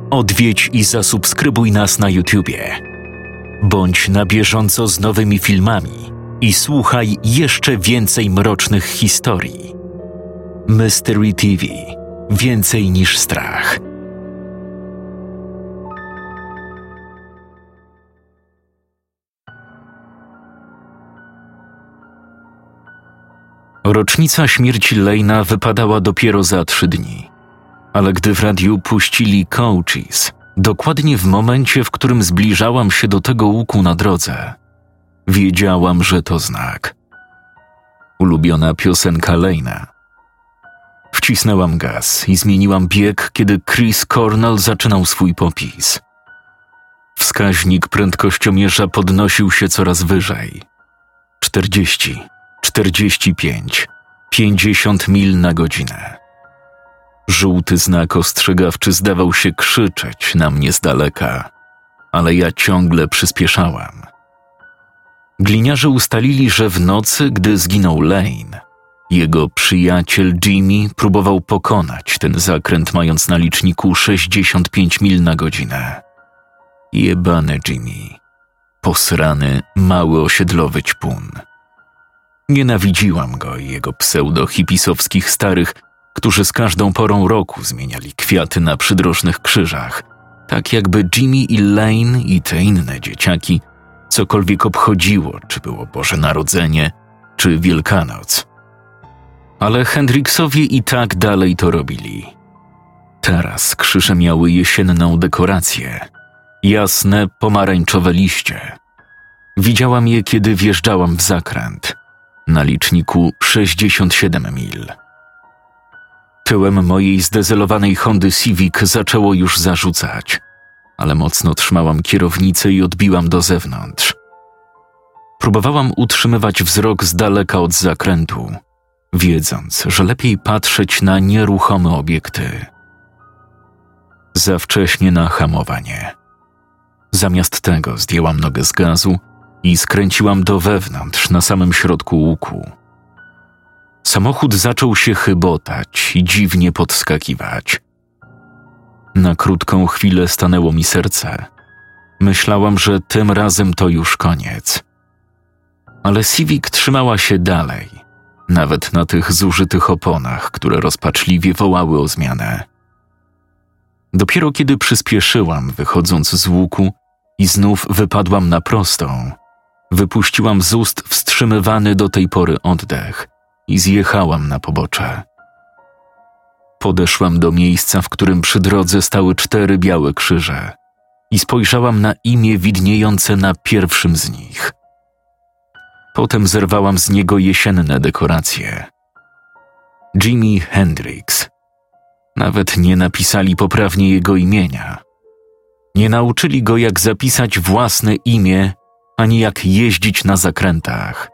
Odwiedź i zasubskrybuj nas na YouTubie. Bądź na bieżąco z nowymi filmami i słuchaj jeszcze więcej mrocznych historii. Mystery TV. Więcej niż strach. Rocznica śmierci Lane'a wypadała dopiero za 3 dni. Ale gdy w radiu puścili Coaches, dokładnie w momencie, w którym zbliżałam się do tego łuku na drodze, wiedziałam, że to znak. Ulubiona piosenka Lane'a. Wcisnęłam gaz i zmieniłam bieg, kiedy Chris Cornell zaczynał swój popis. Wskaźnik prędkościomierza podnosił się coraz wyżej. 40, 45, 50 mil na godzinę. Żółty znak ostrzegawczy zdawał się krzyczeć na mnie z daleka, ale ja ciągle przyspieszałam. Gliniarze ustalili, że w nocy, gdy zginął Lane, jego przyjaciel Jimmy próbował pokonać ten zakręt, mając na liczniku 65 mil na godzinę. Jebany Jimmy. Posrany, mały osiedlowy ćpun. Nienawidziłam go i jego pseudo-hipisowskich starych, którzy z każdą porą roku zmieniali kwiaty na przydrożnych krzyżach, tak jakby Jimmy i Lane i te inne dzieciaki cokolwiek obchodziło, czy było Boże Narodzenie, czy Wielkanoc. Ale Hendriksowie i tak dalej to robili. Teraz krzyże miały jesienną dekorację. Jasne, pomarańczowe liście. Widziałam je, kiedy wjeżdżałam w zakręt. Na liczniku 67 mil. Tyłem mojej zdezelowanej Hondy Civic zaczęło już zarzucać, ale mocno trzymałam kierownicę i odbiłam do zewnątrz. Próbowałam utrzymywać wzrok z daleka od zakrętu, wiedząc, że lepiej patrzeć na nieruchome obiekty. Za wcześnie na hamowanie. Zamiast tego zdjęłam nogę z gazu i skręciłam do wewnątrz na samym środku łuku. Samochód zaczął się chybotać i dziwnie podskakiwać. Na krótką chwilę stanęło mi serce. Myślałam, że tym razem to już koniec. Ale Civic trzymała się dalej, nawet na tych zużytych oponach, które rozpaczliwie wołały o zmianę. Dopiero kiedy przyspieszyłam, wychodząc z łuku i znów wypadłam na prostą, wypuściłam z ust wstrzymywany do tej pory oddech i zjechałam na pobocze. Podeszłam do miejsca, w którym przy drodze stały 4 białe krzyże i spojrzałam na imię widniejące na pierwszym z nich. Potem zerwałam z niego jesienne dekoracje. Jimi Hendrix. Nawet nie napisali poprawnie jego imienia. Nie nauczyli go, jak zapisać własne imię, ani jak jeździć na zakrętach.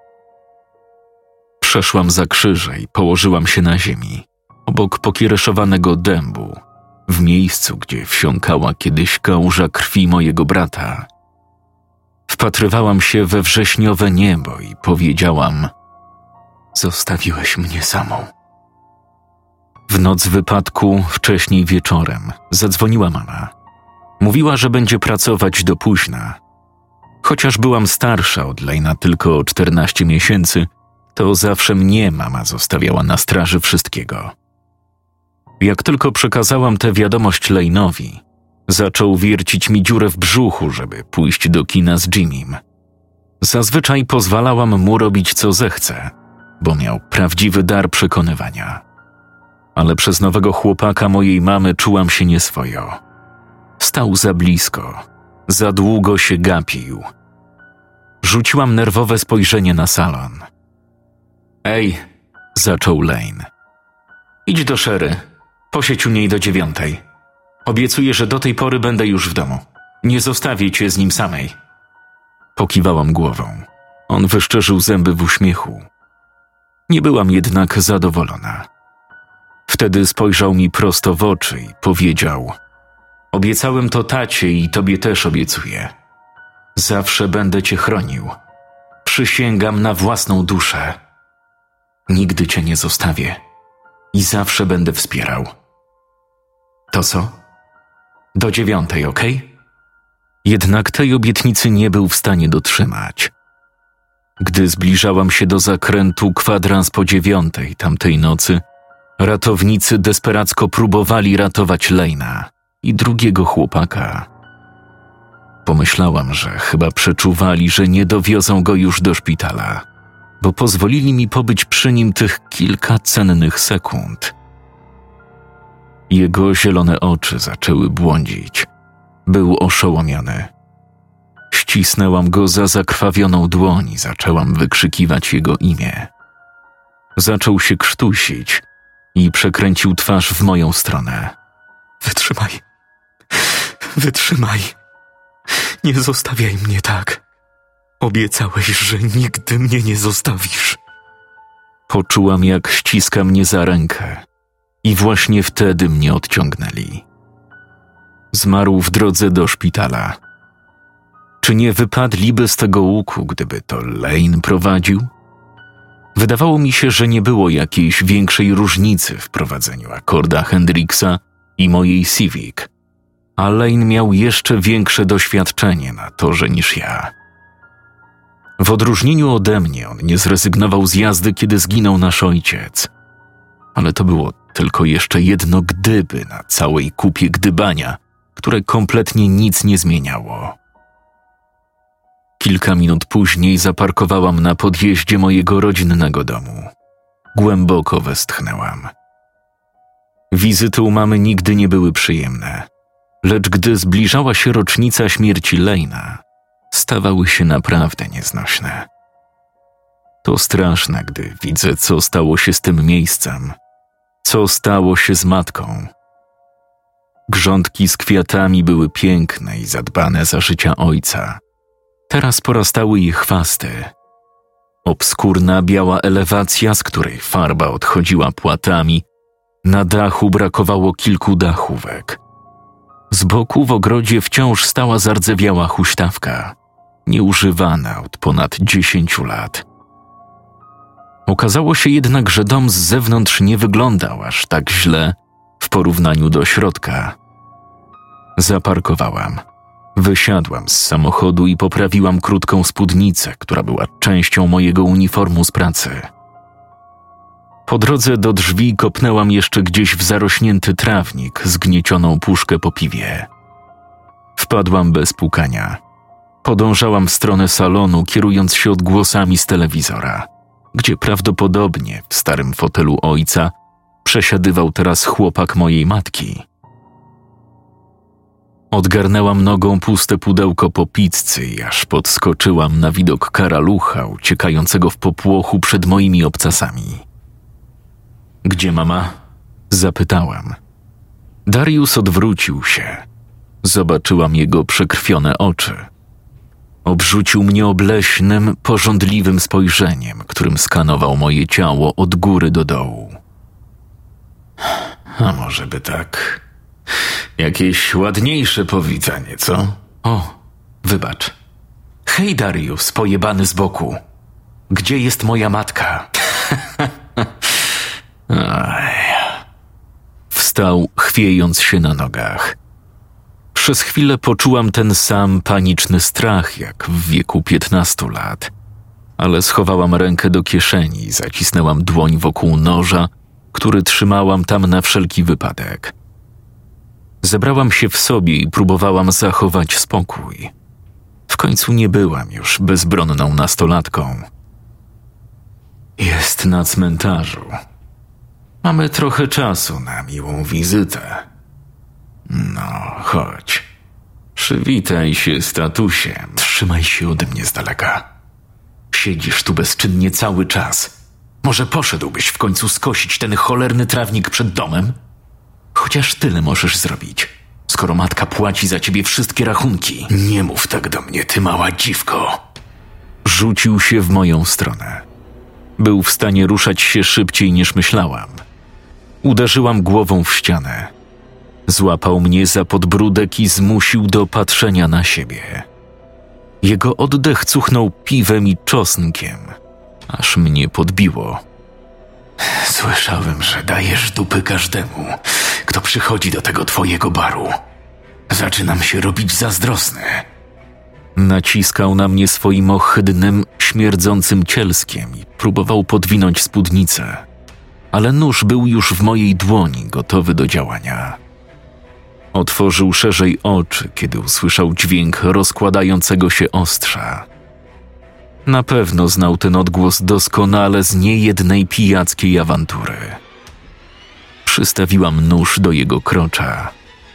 Przeszłam za krzyże i położyłam się na ziemi, obok pokiereszowanego dębu, w miejscu, gdzie wsiąkała kiedyś kałuża krwi mojego brata. Wpatrywałam się we wrześniowe niebo i powiedziałam: zostawiłeś mnie samą. W noc wypadku, wcześniej wieczorem, zadzwoniła mama. Mówiła, że będzie pracować do późna. Chociaż byłam starsza od Lane'a tylko o 14 miesięcy, to zawsze mnie mama zostawiała na straży wszystkiego. Jak tylko przekazałam tę wiadomość Lane'owi, zaczął wiercić mi dziurę w brzuchu, żeby pójść do kina z Jimmym. Zazwyczaj pozwalałam mu robić co zechce, bo miał prawdziwy dar przekonywania. Ale przez nowego chłopaka mojej mamy czułam się nieswojo. Stał za blisko, za długo się gapił. Rzuciłam nerwowe spojrzenie na salon. Ej, zaczął Lane. Idź do Sherry, posiedź u niej do 9. Obiecuję, że do tej pory będę już w domu. Nie zostawię cię z nim samej. Pokiwałam głową. On wyszczerzył zęby w uśmiechu. Nie byłam jednak zadowolona. Wtedy spojrzał mi prosto w oczy i powiedział: obiecałem to tacie i tobie też obiecuję. Zawsze będę cię chronił. Przysięgam na własną duszę. Nigdy cię nie zostawię i zawsze będę wspierał. To co? Do 9:00, okej? Jednak tej obietnicy nie był w stanie dotrzymać. Gdy zbliżałam się do zakrętu kwadrans po 9:00 tamtej nocy, ratownicy desperacko próbowali ratować Lane'a i drugiego chłopaka. Pomyślałam, że chyba przeczuwali, że nie dowiozą go już do szpitala, bo pozwolili mi pobyć przy nim tych kilka cennych sekund. Jego zielone oczy zaczęły błądzić. Był oszołomiony. Ścisnęłam go za zakrwawioną dłoń i zaczęłam wykrzykiwać jego imię. Zaczął się krztusić i przekręcił twarz w moją stronę. Wytrzymaj. Wytrzymaj. Nie zostawiaj mnie tak. Obiecałeś, że nigdy mnie nie zostawisz. Poczułam, jak ściska mnie za rękę i właśnie wtedy mnie odciągnęli. Zmarł w drodze do szpitala. Czy nie wypadliby z tego łuku, gdyby to Lane prowadził? Wydawało mi się, że nie było jakiejś większej różnicy w prowadzeniu Accorda Hendricksa i mojej Civic, a Lane miał jeszcze większe doświadczenie na torze niż ja. W odróżnieniu ode mnie on nie zrezygnował z jazdy, kiedy zginął nasz ojciec. Ale to było tylko jeszcze jedno gdyby na całej kupie gdybania, które kompletnie nic nie zmieniało. Kilka minut później zaparkowałam na podjeździe mojego rodzinnego domu. Głęboko westchnęłam. Wizyty u mamy nigdy nie były przyjemne, lecz gdy zbliżała się rocznica śmierci Lane'a, stawały się naprawdę nieznośne. To straszne, gdy widzę, co stało się z tym miejscem, co stało się z matką. Grządki z kwiatami były piękne i zadbane za życia ojca. Teraz porastały ich chwasty. Obskurna biała elewacja, z której farba odchodziła płatami, na dachu brakowało kilku dachówek. Z boku w ogrodzie wciąż stała zardzewiała huśtawka, nieużywana od ponad 10 lat. Okazało się jednak, że dom z zewnątrz nie wyglądał aż tak źle w porównaniu do środka. Zaparkowałam. Wysiadłam z samochodu i poprawiłam krótką spódnicę, która była częścią mojego uniformu z pracy. Po drodze do drzwi kopnęłam jeszcze gdzieś w zarośnięty trawnik zgniecioną puszkę po piwie. Wpadłam bez pukania. Podążałam w stronę salonu, kierując się odgłosami z telewizora, gdzie prawdopodobnie w starym fotelu ojca przesiadywał teraz chłopak mojej matki. Odgarnęłam nogą puste pudełko po pizzy i aż podskoczyłam na widok karalucha uciekającego w popłochu przed moimi obcasami. Gdzie mama? Zapytałam. Darius odwrócił się. Zobaczyłam jego przekrwione oczy. Obrzucił mnie obleśnym, pożądliwym spojrzeniem, którym skanował moje ciało od góry do dołu. A może by tak... Jakieś ładniejsze powitanie, co? O, wybacz. Hej, Darius, pojebany z boku. Gdzie jest moja matka? Wstał, chwiejąc się na nogach. Przez chwilę poczułam ten sam paniczny strach, jak w wieku 15 lat. Ale schowałam rękę do kieszeni i zacisnęłam dłoń wokół noża, który trzymałam tam na wszelki wypadek. Zebrałam się w sobie i próbowałam zachować spokój. W końcu nie byłam już bezbronną nastolatką. Jest na cmentarzu. Mamy trochę czasu na miłą wizytę. No, chodź. Przywitaj się z tatusiem. Trzymaj się ode mnie z daleka. Siedzisz tu bezczynnie cały czas. Może poszedłbyś w końcu skosić ten cholerny trawnik przed domem? Chociaż tyle możesz zrobić, skoro matka płaci za ciebie wszystkie rachunki. Nie mów tak do mnie, ty mała dziwko. Rzucił się w moją stronę. Był w stanie ruszać się szybciej niż myślałam. Uderzyłam głową w ścianę. Złapał mnie za podbródek i zmusił do patrzenia na siebie. Jego oddech cuchnął piwem i czosnkiem, aż mnie podbiło. Słyszałem, że dajesz dupy każdemu, kto przychodzi do tego twojego baru. Zaczynam się robić zazdrosny. Naciskał na mnie swoim ohydnym, śmierdzącym cielskiem i próbował podwinąć spódnicę, ale nóż był już w mojej dłoni, gotowy do działania. Otworzył szerzej oczy, kiedy usłyszał dźwięk rozkładającego się ostrza. Na pewno znał ten odgłos doskonale z niejednej pijackiej awantury. Przystawiłam nóż do jego krocza.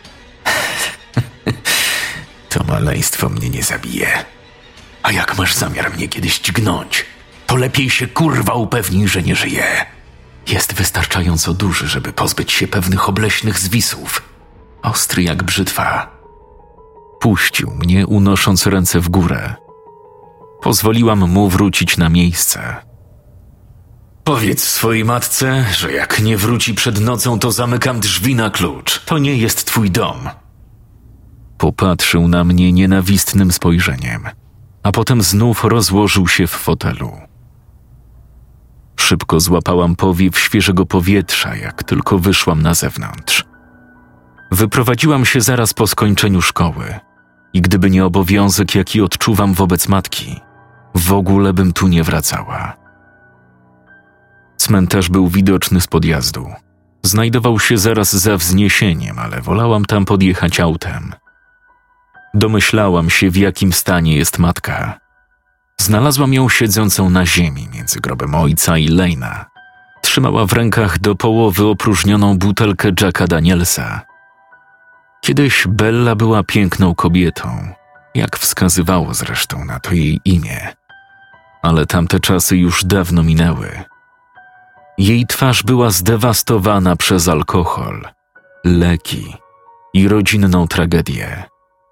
To maleństwo mnie nie zabije. A jak masz zamiar mnie kiedyś dźgnąć, to lepiej się kurwa upewnij, że nie żyje. Jest wystarczająco duży, żeby pozbyć się pewnych obleśnych zwisów. Ostry jak brzytwa. Puścił mnie, unosząc ręce w górę. Pozwoliłam mu wrócić na miejsce. Powiedz swojej matce, że jak nie wróci przed nocą, to zamykam drzwi na klucz. To nie jest twój dom. Popatrzył na mnie nienawistnym spojrzeniem, a potem znów rozłożył się w fotelu. Szybko złapałam powiew świeżego powietrza, jak tylko wyszłam na zewnątrz. Wyprowadziłam się zaraz po skończeniu szkoły i gdyby nie obowiązek, jaki odczuwam wobec matki, w ogóle bym tu nie wracała. Cmentarz był widoczny z podjazdu. Znajdował się zaraz za wzniesieniem, ale wolałam tam podjechać autem. Domyślałam się, w jakim stanie jest matka. Znalazłam ją siedzącą na ziemi między grobem ojca i Lane'a. Trzymała w rękach do połowy opróżnioną butelkę Jacka Danielsa. Kiedyś Bella była piękną kobietą, jak wskazywało zresztą na to jej imię. Ale tamte czasy już dawno minęły. Jej twarz była zdewastowana przez alkohol, leki i rodzinną tragedię.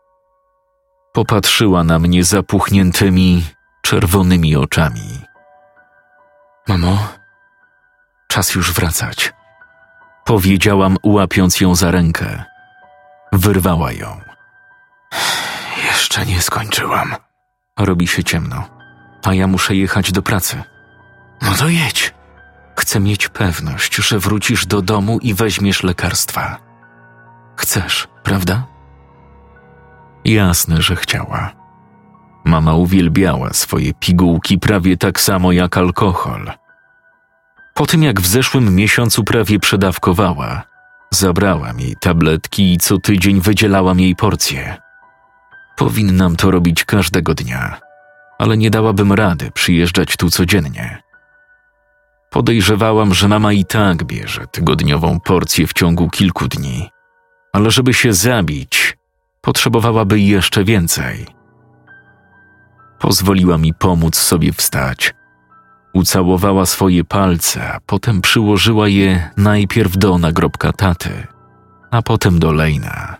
Popatrzyła na mnie zapuchniętymi, czerwonymi oczami. Mamo, czas już wracać. Powiedziałam, łapiąc ją za rękę. Wyrwała ją. Jeszcze nie skończyłam. Robi się ciemno, a ja muszę jechać do pracy. No to jedź. Chcę mieć pewność, że wrócisz do domu i weźmiesz lekarstwa. Chcesz, prawda? Jasne, że chciała. Mama uwielbiała swoje pigułki prawie tak samo jak alkohol. Po tym jak w zeszłym miesiącu prawie przedawkowała, zabrałam jej tabletki i co tydzień wydzielałam jej porcję. Powinnam to robić każdego dnia, ale nie dałabym rady przyjeżdżać tu codziennie. Podejrzewałam, że mama i tak bierze tygodniową porcję w ciągu kilku dni, ale żeby się zabić, potrzebowałaby jeszcze więcej. Pozwoliła mi pomóc sobie wstać. Ucałowała swoje palce, a potem przyłożyła je najpierw do nagrobka taty, a potem do Lane'a.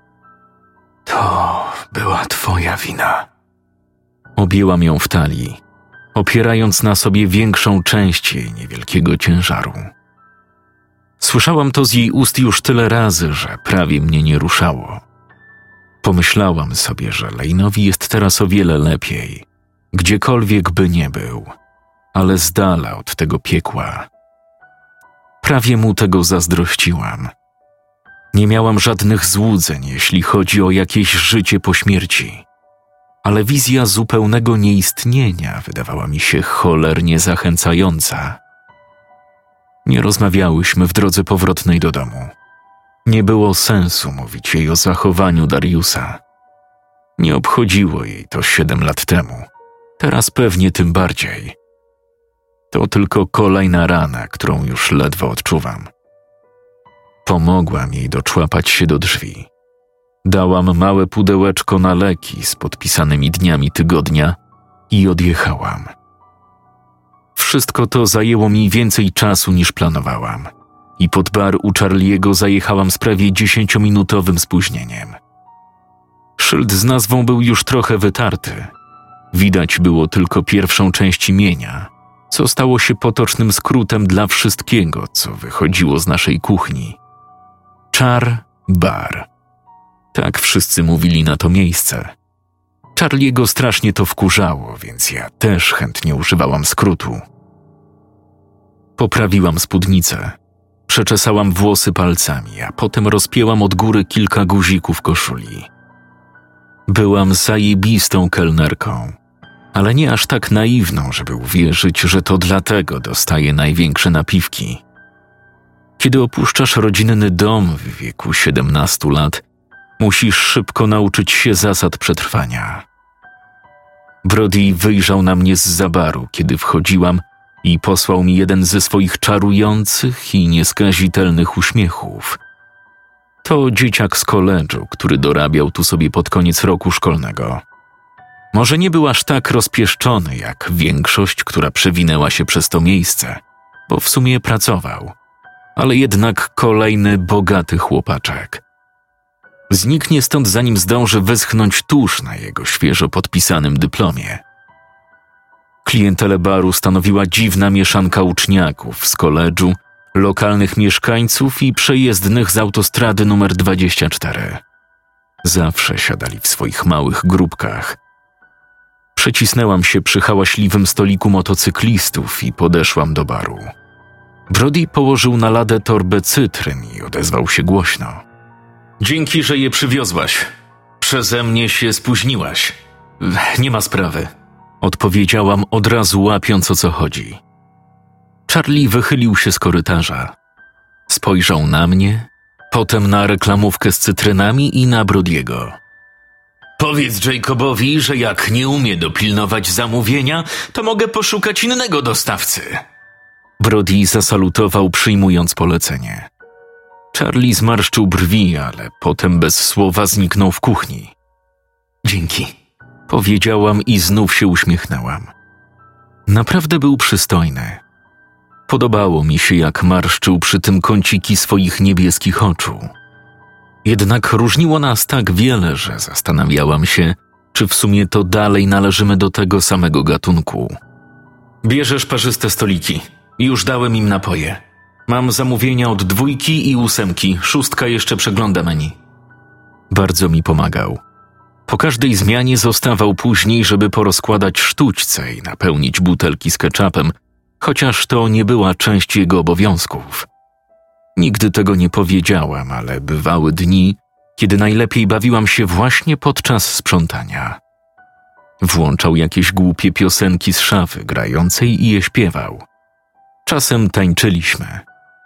To była twoja wina. Objęłam ją w talii, opierając na sobie większą część jej niewielkiego ciężaru. Słyszałam to z jej ust już tyle razy, że prawie mnie nie ruszało. Pomyślałam sobie, że Lane'owi jest teraz o wiele lepiej, gdziekolwiek by nie był, ale z dala od tego piekła. Prawie mu tego zazdrościłam. Nie miałam żadnych złudzeń, jeśli chodzi o jakieś życie po śmierci, ale wizja zupełnego nieistnienia wydawała mi się cholernie zachęcająca. Nie rozmawiałyśmy w drodze powrotnej do domu. Nie było sensu mówić jej o zachowaniu Dariusa. Nie obchodziło jej to 7 lat temu. Teraz pewnie tym bardziej. To tylko kolejna rana, którą już ledwo odczuwam. Pomogłam jej doczłapać się do drzwi. Dałam małe pudełeczko na leki z podpisanymi dniami tygodnia i odjechałam. Wszystko to zajęło mi więcej czasu niż planowałam i pod bar u Charlie'ego zajechałam z prawie 10-minutowym spóźnieniem. Szyld z nazwą był już trochę wytarty. Widać było tylko pierwszą część imienia, co stało się potocznym skrótem dla wszystkiego, co wychodziło z naszej kuchni. Char Bar. Tak wszyscy mówili na to miejsce. Charlie'ego strasznie to wkurzało, więc ja też chętnie używałam skrótu. Poprawiłam spódnicę. Przeczesałam włosy palcami, a potem rozpięłam od góry kilka guzików koszuli. Byłam zajebistą kelnerką, ale nie aż tak naiwną, żeby uwierzyć, że to dlatego dostaję największe napiwki. Kiedy opuszczasz rodzinny dom w wieku 17 lat, musisz szybko nauczyć się zasad przetrwania. Brody wyjrzał na mnie zza baru, kiedy wchodziłam i posłał mi jeden ze swoich czarujących i nieskazitelnych uśmiechów. To dzieciak z koledżu, który dorabiał tu sobie pod koniec roku szkolnego. Może nie był aż tak rozpieszczony jak większość, która przewinęła się przez to miejsce, bo w sumie pracował, ale jednak kolejny bogaty chłopaczek. Zniknie stąd, zanim zdąży wyschnąć tusz na jego świeżo podpisanym dyplomie. Klientelę baru stanowiła dziwna mieszanka uczniaków z koledżu, lokalnych mieszkańców i przejezdnych z autostrady numer 24. Zawsze siadali w swoich małych grupkach. Przecisnęłam się przy hałaśliwym stoliku motocyklistów i podeszłam do baru. Brody położył na ladę torbę cytryn i odezwał się głośno. Dzięki, że je przywiozłaś. Przeze mnie się spóźniłaś. Nie ma sprawy. Odpowiedziałam od razu, łapiąc, o co chodzi. Charlie wychylił się z korytarza. Spojrzał na mnie, potem na reklamówkę z cytrynami i na Brody'ego. Powiedz Jacobowi, że jak nie umie dopilnować zamówienia, to mogę poszukać innego dostawcy. Brody zasalutował, przyjmując polecenie. Charlie zmarszczył brwi, ale potem bez słowa zniknął w kuchni. Dzięki, powiedziałam i znów się uśmiechnęłam. Naprawdę był przystojny. Podobało mi się, jak marszczył przy tym kąciki swoich niebieskich oczu. Jednak różniło nas tak wiele, że zastanawiałam się, czy w sumie to dalej należymy do tego samego gatunku. Bierzesz parzyste stoliki. Już dałem im napoje. Mam zamówienia od 2 i 8, 6 jeszcze przegląda menu. Bardzo mi pomagał. Po każdej zmianie zostawał później, żeby porozkładać sztućce i napełnić butelki z ketchupem, chociaż to nie była część jego obowiązków. Nigdy tego nie powiedziałam, ale bywały dni, kiedy najlepiej bawiłam się właśnie podczas sprzątania. Włączał jakieś głupie piosenki z szafy grającej i je śpiewał. Czasem tańczyliśmy.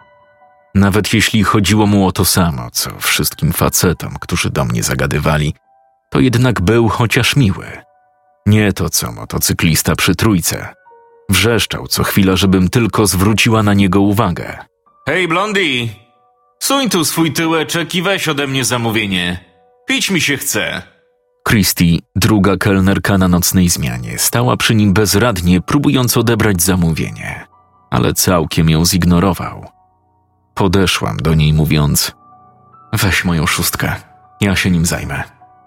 Nawet jeśli chodziło mu o to samo, co wszystkim facetom, którzy do mnie zagadywali, to jednak był chociaż miły. Nie to, co motocyklista przy trójce. Wrzeszczał co chwila, żebym tylko zwróciła na niego uwagę. Hej, Blondie! Suń tu swój tyłeczek i weź ode mnie zamówienie. Pić mi się chce. Christy, druga kelnerka na nocnej zmianie, stała przy nim bezradnie, próbując odebrać zamówienie, ale całkiem ją zignorował. Podeszłam do niej, mówiąc: weź moją 6, ja się nim zajmę.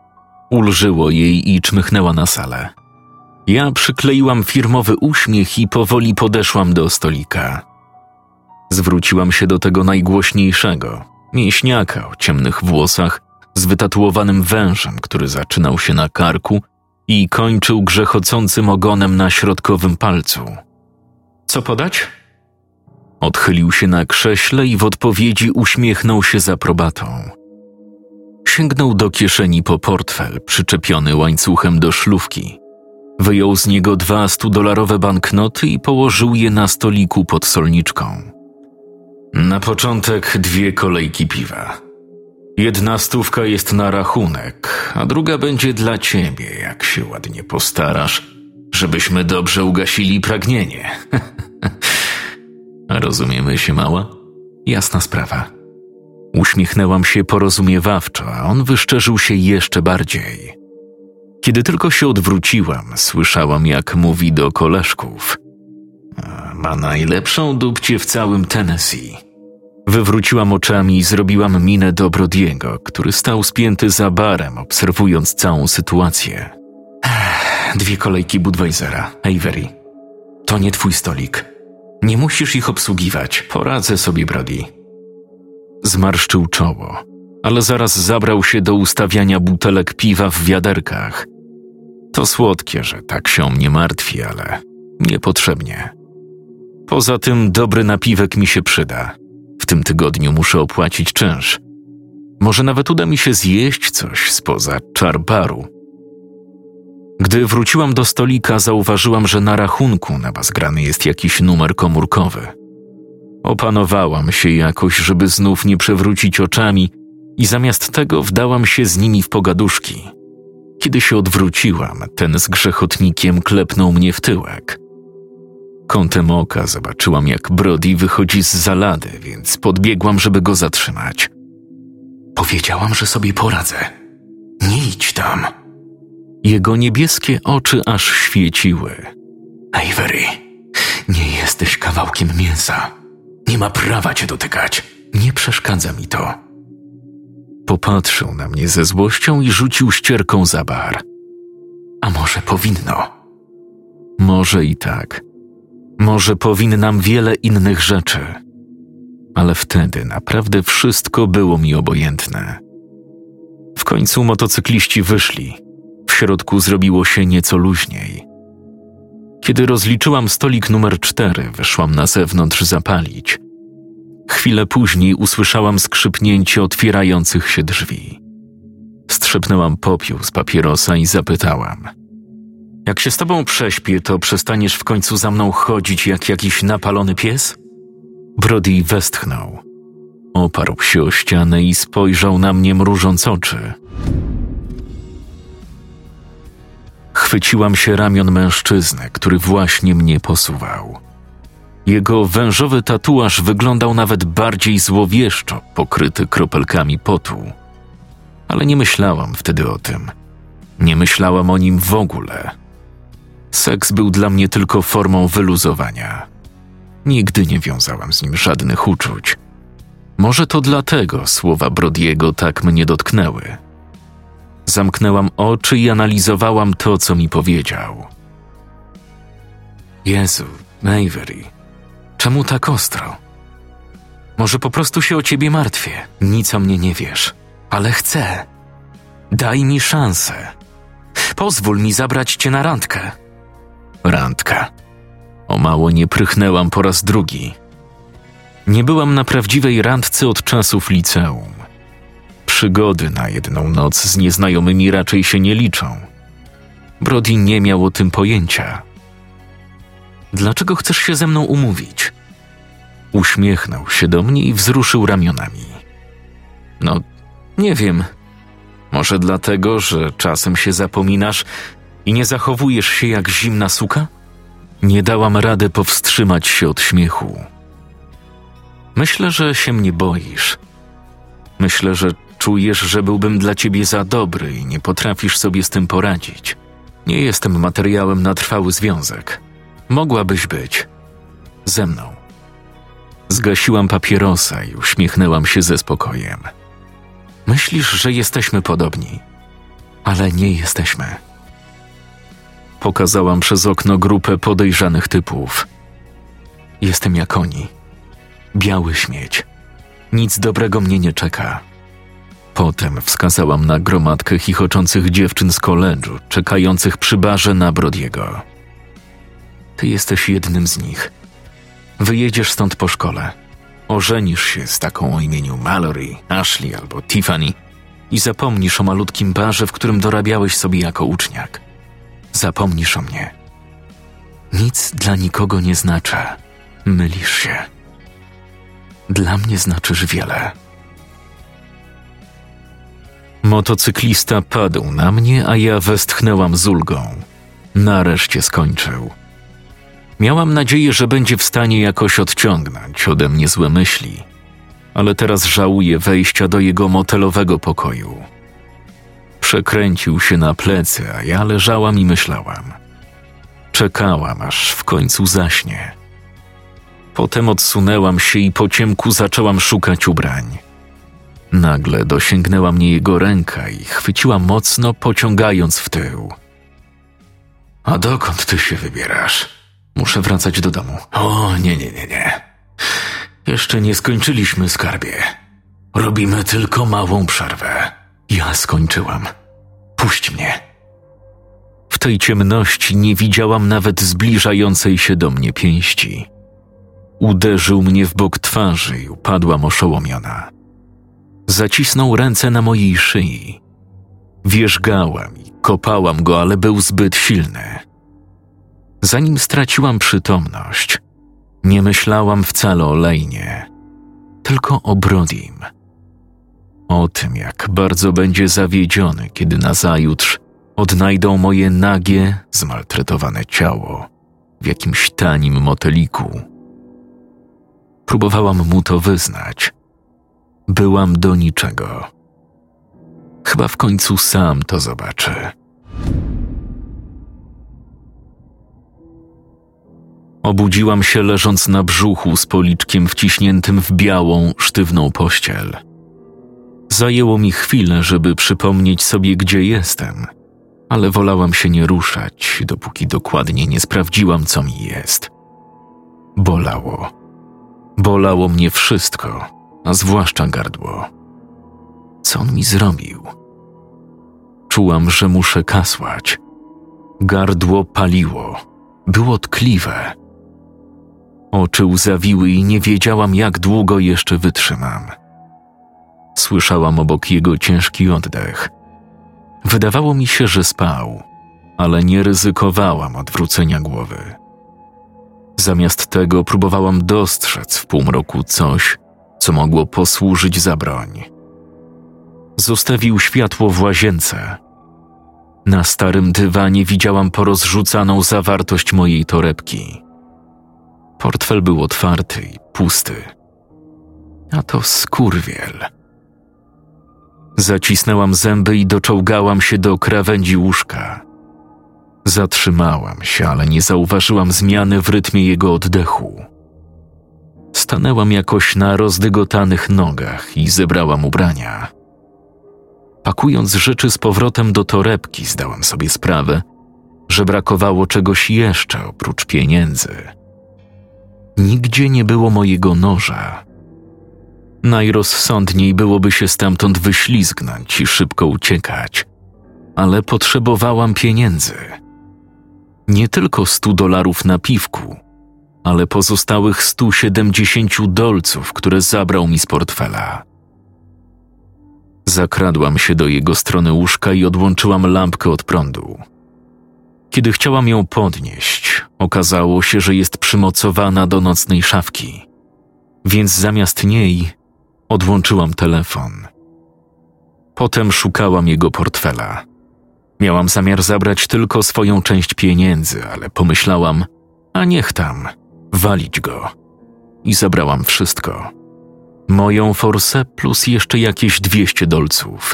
Ulżyło jej i czmychnęła na salę. Ja przykleiłam firmowy uśmiech i powoli podeszłam do stolika. Zwróciłam się do tego najgłośniejszego, mięśniaka o ciemnych włosach, z wytatuowanym wężem, który zaczynał się na karku i kończył grzechocącym ogonem na środkowym palcu. Co podać? Odchylił się na krześle i w odpowiedzi uśmiechnął się z aprobatą. Sięgnął do kieszeni po portfel przyczepiony łańcuchem do szlufki. Wyjął z niego 2 $100 banknoty i położył je na stoliku pod solniczką. Na początek 2 kolejki piwa. 1 100 jest na rachunek, a druga będzie dla ciebie, jak się ładnie postarasz, żebyśmy dobrze ugasili pragnienie. Rozumiemy się, mała? Jasna sprawa. Uśmiechnęłam się porozumiewawczo, a on wyszczerzył się jeszcze bardziej. Kiedy tylko się odwróciłam, słyszałam, jak mówi do koleżków. Ma najlepszą dupcie w całym Tennessee. Wywróciłam oczami i zrobiłam minę do Brody'ego, który stał spięty za barem, obserwując całą sytuację. 2 kolejki Budweisera, Avery. To nie twój stolik. Nie musisz ich obsługiwać, poradzę sobie, Brody. Zmarszczył czoło, ale zaraz zabrał się do ustawiania butelek piwa w wiaderkach. To słodkie, że tak się o mnie martwi, ale niepotrzebnie. Poza tym dobry napiwek mi się przyda. W tym tygodniu muszę opłacić czynsz. Może nawet uda mi się zjeść coś spoza czar-baru. Gdy wróciłam do stolika, zauważyłam, że na rachunku na zgrany jest jakiś numer komórkowy. Opanowałam się jakoś, żeby znów nie przewrócić oczami i zamiast tego wdałam się z nimi w pogaduszki. Kiedy się odwróciłam, ten z grzechotnikiem klepnął mnie w tyłek. Kątem oka zobaczyłam, jak Brody wychodzi z zalady, więc podbiegłam, żeby go zatrzymać. Powiedziałam, że sobie poradzę. Nie idź tam. Jego niebieskie oczy aż świeciły. Avery, nie jesteś kawałkiem mięsa. Nie ma prawa cię dotykać. Nie przeszkadza mi to. Popatrzył na mnie ze złością i rzucił ścierką za bar. A może powinno? Może i tak. Może powinnam wiele innych rzeczy. Ale wtedy naprawdę wszystko było mi obojętne. W końcu motocykliści wyszli. W środku zrobiło się nieco luźniej. Kiedy rozliczyłam stolik numer 4, wyszłam na zewnątrz zapalić. Chwilę później usłyszałam skrzypnięcie otwierających się drzwi. Strzepnęłam popiół z papierosa i zapytałam. Jak się z tobą prześpię, to przestaniesz w końcu za mną chodzić jak jakiś napalony pies? Brody westchnął. Oparł się o ścianę i spojrzał na mnie, mrużąc oczy. Chwyciłam się ramion mężczyzny, który właśnie mnie posuwał. Jego wężowy tatuaż wyglądał nawet bardziej złowieszczo, pokryty kropelkami potu. Ale nie myślałam wtedy o tym. Nie myślałam o nim w ogóle. Seks był dla mnie tylko formą wyluzowania. Nigdy nie wiązałam z nim żadnych uczuć. Może to dlatego słowa Brody'ego tak mnie dotknęły. Zamknęłam oczy i analizowałam to, co mi powiedział. Jezu, Avery, czemu tak ostro? Może po prostu się o ciebie martwię, nic o mnie nie wiesz, ale chcę. Daj mi szansę. Pozwól mi zabrać cię na randkę. Randka. O mało nie prychnęłam po raz drugi. Nie byłam na prawdziwej randce od czasów liceum. Przygody na jedną noc z nieznajomymi raczej się nie liczą. Brody nie miał o tym pojęcia. Dlaczego chcesz się ze mną umówić? Uśmiechnął się do mnie i wzruszył ramionami. No, nie wiem. Może dlatego, że czasem się zapominasz i nie zachowujesz się jak zimna suka? Nie dałam rady powstrzymać się od śmiechu. Myślę, że się mnie boisz. Myślę, że czujesz, że byłbym dla ciebie za dobry i nie potrafisz sobie z tym poradzić. Nie jestem materiałem na trwały związek. Mogłabyś być. Ze mną. Zgasiłam papierosa i uśmiechnęłam się ze spokojem. Myślisz, że jesteśmy podobni, ale nie jesteśmy. Pokazałam przez okno grupę podejrzanych typów. Jestem jak oni. Biały śmieć. Nic dobrego mnie nie czeka. Potem wskazałam na gromadkę chichoczących dziewczyn z koledżu, czekających przy barze na Brody'ego. Ty jesteś jednym z nich. Wyjedziesz stąd po szkole. Ożenisz się z taką o imieniu Mallory, Ashley albo Tiffany i zapomnisz o malutkim barze, w którym dorabiałeś sobie jako uczniak. Zapomnisz o mnie. Nic dla nikogo nie znaczy. Mylisz się. Dla mnie znaczysz wiele. Motocyklista padł na mnie, a ja westchnęłam z ulgą. Nareszcie skończył. Miałam nadzieję, że będzie w stanie jakoś odciągnąć ode mnie złe myśli, ale teraz żałuję wejścia do jego motelowego pokoju. Przekręcił się na plecy, a ja leżałam i myślałam. Czekałam, aż w końcu zaśnie. Potem odsunęłam się i po ciemku zaczęłam szukać ubrań. Nagle dosięgnęła mnie jego ręka i chwyciła mocno, pociągając w tył. A dokąd ty się wybierasz? Muszę wracać do domu. O, nie. Jeszcze nie skończyliśmy, skarbie. Robimy tylko małą przerwę. Ja skończyłam. Puść mnie. W tej ciemności nie widziałam nawet zbliżającej się do mnie pięści. Uderzył mnie w bok twarzy i upadłam oszołomiona. Zacisnął ręce na mojej szyi. Wierzgałam i kopałam go, ale był zbyt silny. Zanim straciłam przytomność, nie myślałam wcale o Lejnie, tylko o Brodim. O tym, jak bardzo będzie zawiedziony, kiedy nazajutrz odnajdą moje nagie, zmaltretowane ciało w jakimś tanim moteliku. Próbowałam mu to wyznać. Byłam do niczego. Chyba w końcu sam to zobaczy. Obudziłam się leżąc na brzuchu z policzkiem wciśniętym w białą, sztywną pościel. Zajęło mi chwilę, żeby przypomnieć sobie, gdzie jestem, ale wolałam się nie ruszać, dopóki dokładnie nie sprawdziłam, co mi jest. Bolało. Bolało mnie wszystko, a zwłaszcza gardło. Co on mi zrobił? Czułam, że muszę kasłać. Gardło paliło. Było tkliwe. Oczy łzawiły i nie wiedziałam, jak długo jeszcze wytrzymam. Słyszałam obok jego ciężki oddech. Wydawało mi się, że spał, ale nie ryzykowałam odwrócenia głowy. Zamiast tego próbowałam dostrzec w półmroku coś, co mogło posłużyć za broń. Zostawił światło w łazience. Na starym dywanie widziałam porozrzucaną zawartość mojej torebki. Portfel był otwarty i pusty. A to skurwiel. Zacisnęłam zęby i doczołgałam się do krawędzi łóżka. Zatrzymałam się, ale nie zauważyłam zmiany w rytmie jego oddechu. Stanęłam jakoś na rozdygotanych nogach i zebrałam ubrania. Pakując rzeczy z powrotem do torebki, zdałam sobie sprawę, że brakowało czegoś jeszcze oprócz pieniędzy. Nigdzie nie było mojego noża. Najrozsądniej byłoby się stamtąd wyślizgnąć i szybko uciekać, ale potrzebowałam pieniędzy. Nie tylko $100 na piwku, ale pozostałych $170, które zabrał mi z portfela. Zakradłam się do jego strony łóżka i odłączyłam lampkę od prądu. Kiedy chciałam ją podnieść, okazało się, że jest przymocowana do nocnej szafki, więc zamiast niej odłączyłam telefon. Potem szukałam jego portfela. Miałam zamiar zabrać tylko swoją część pieniędzy, ale pomyślałam, a niech tam, walić go. I zabrałam wszystko. Moją forsę plus jeszcze jakieś $200.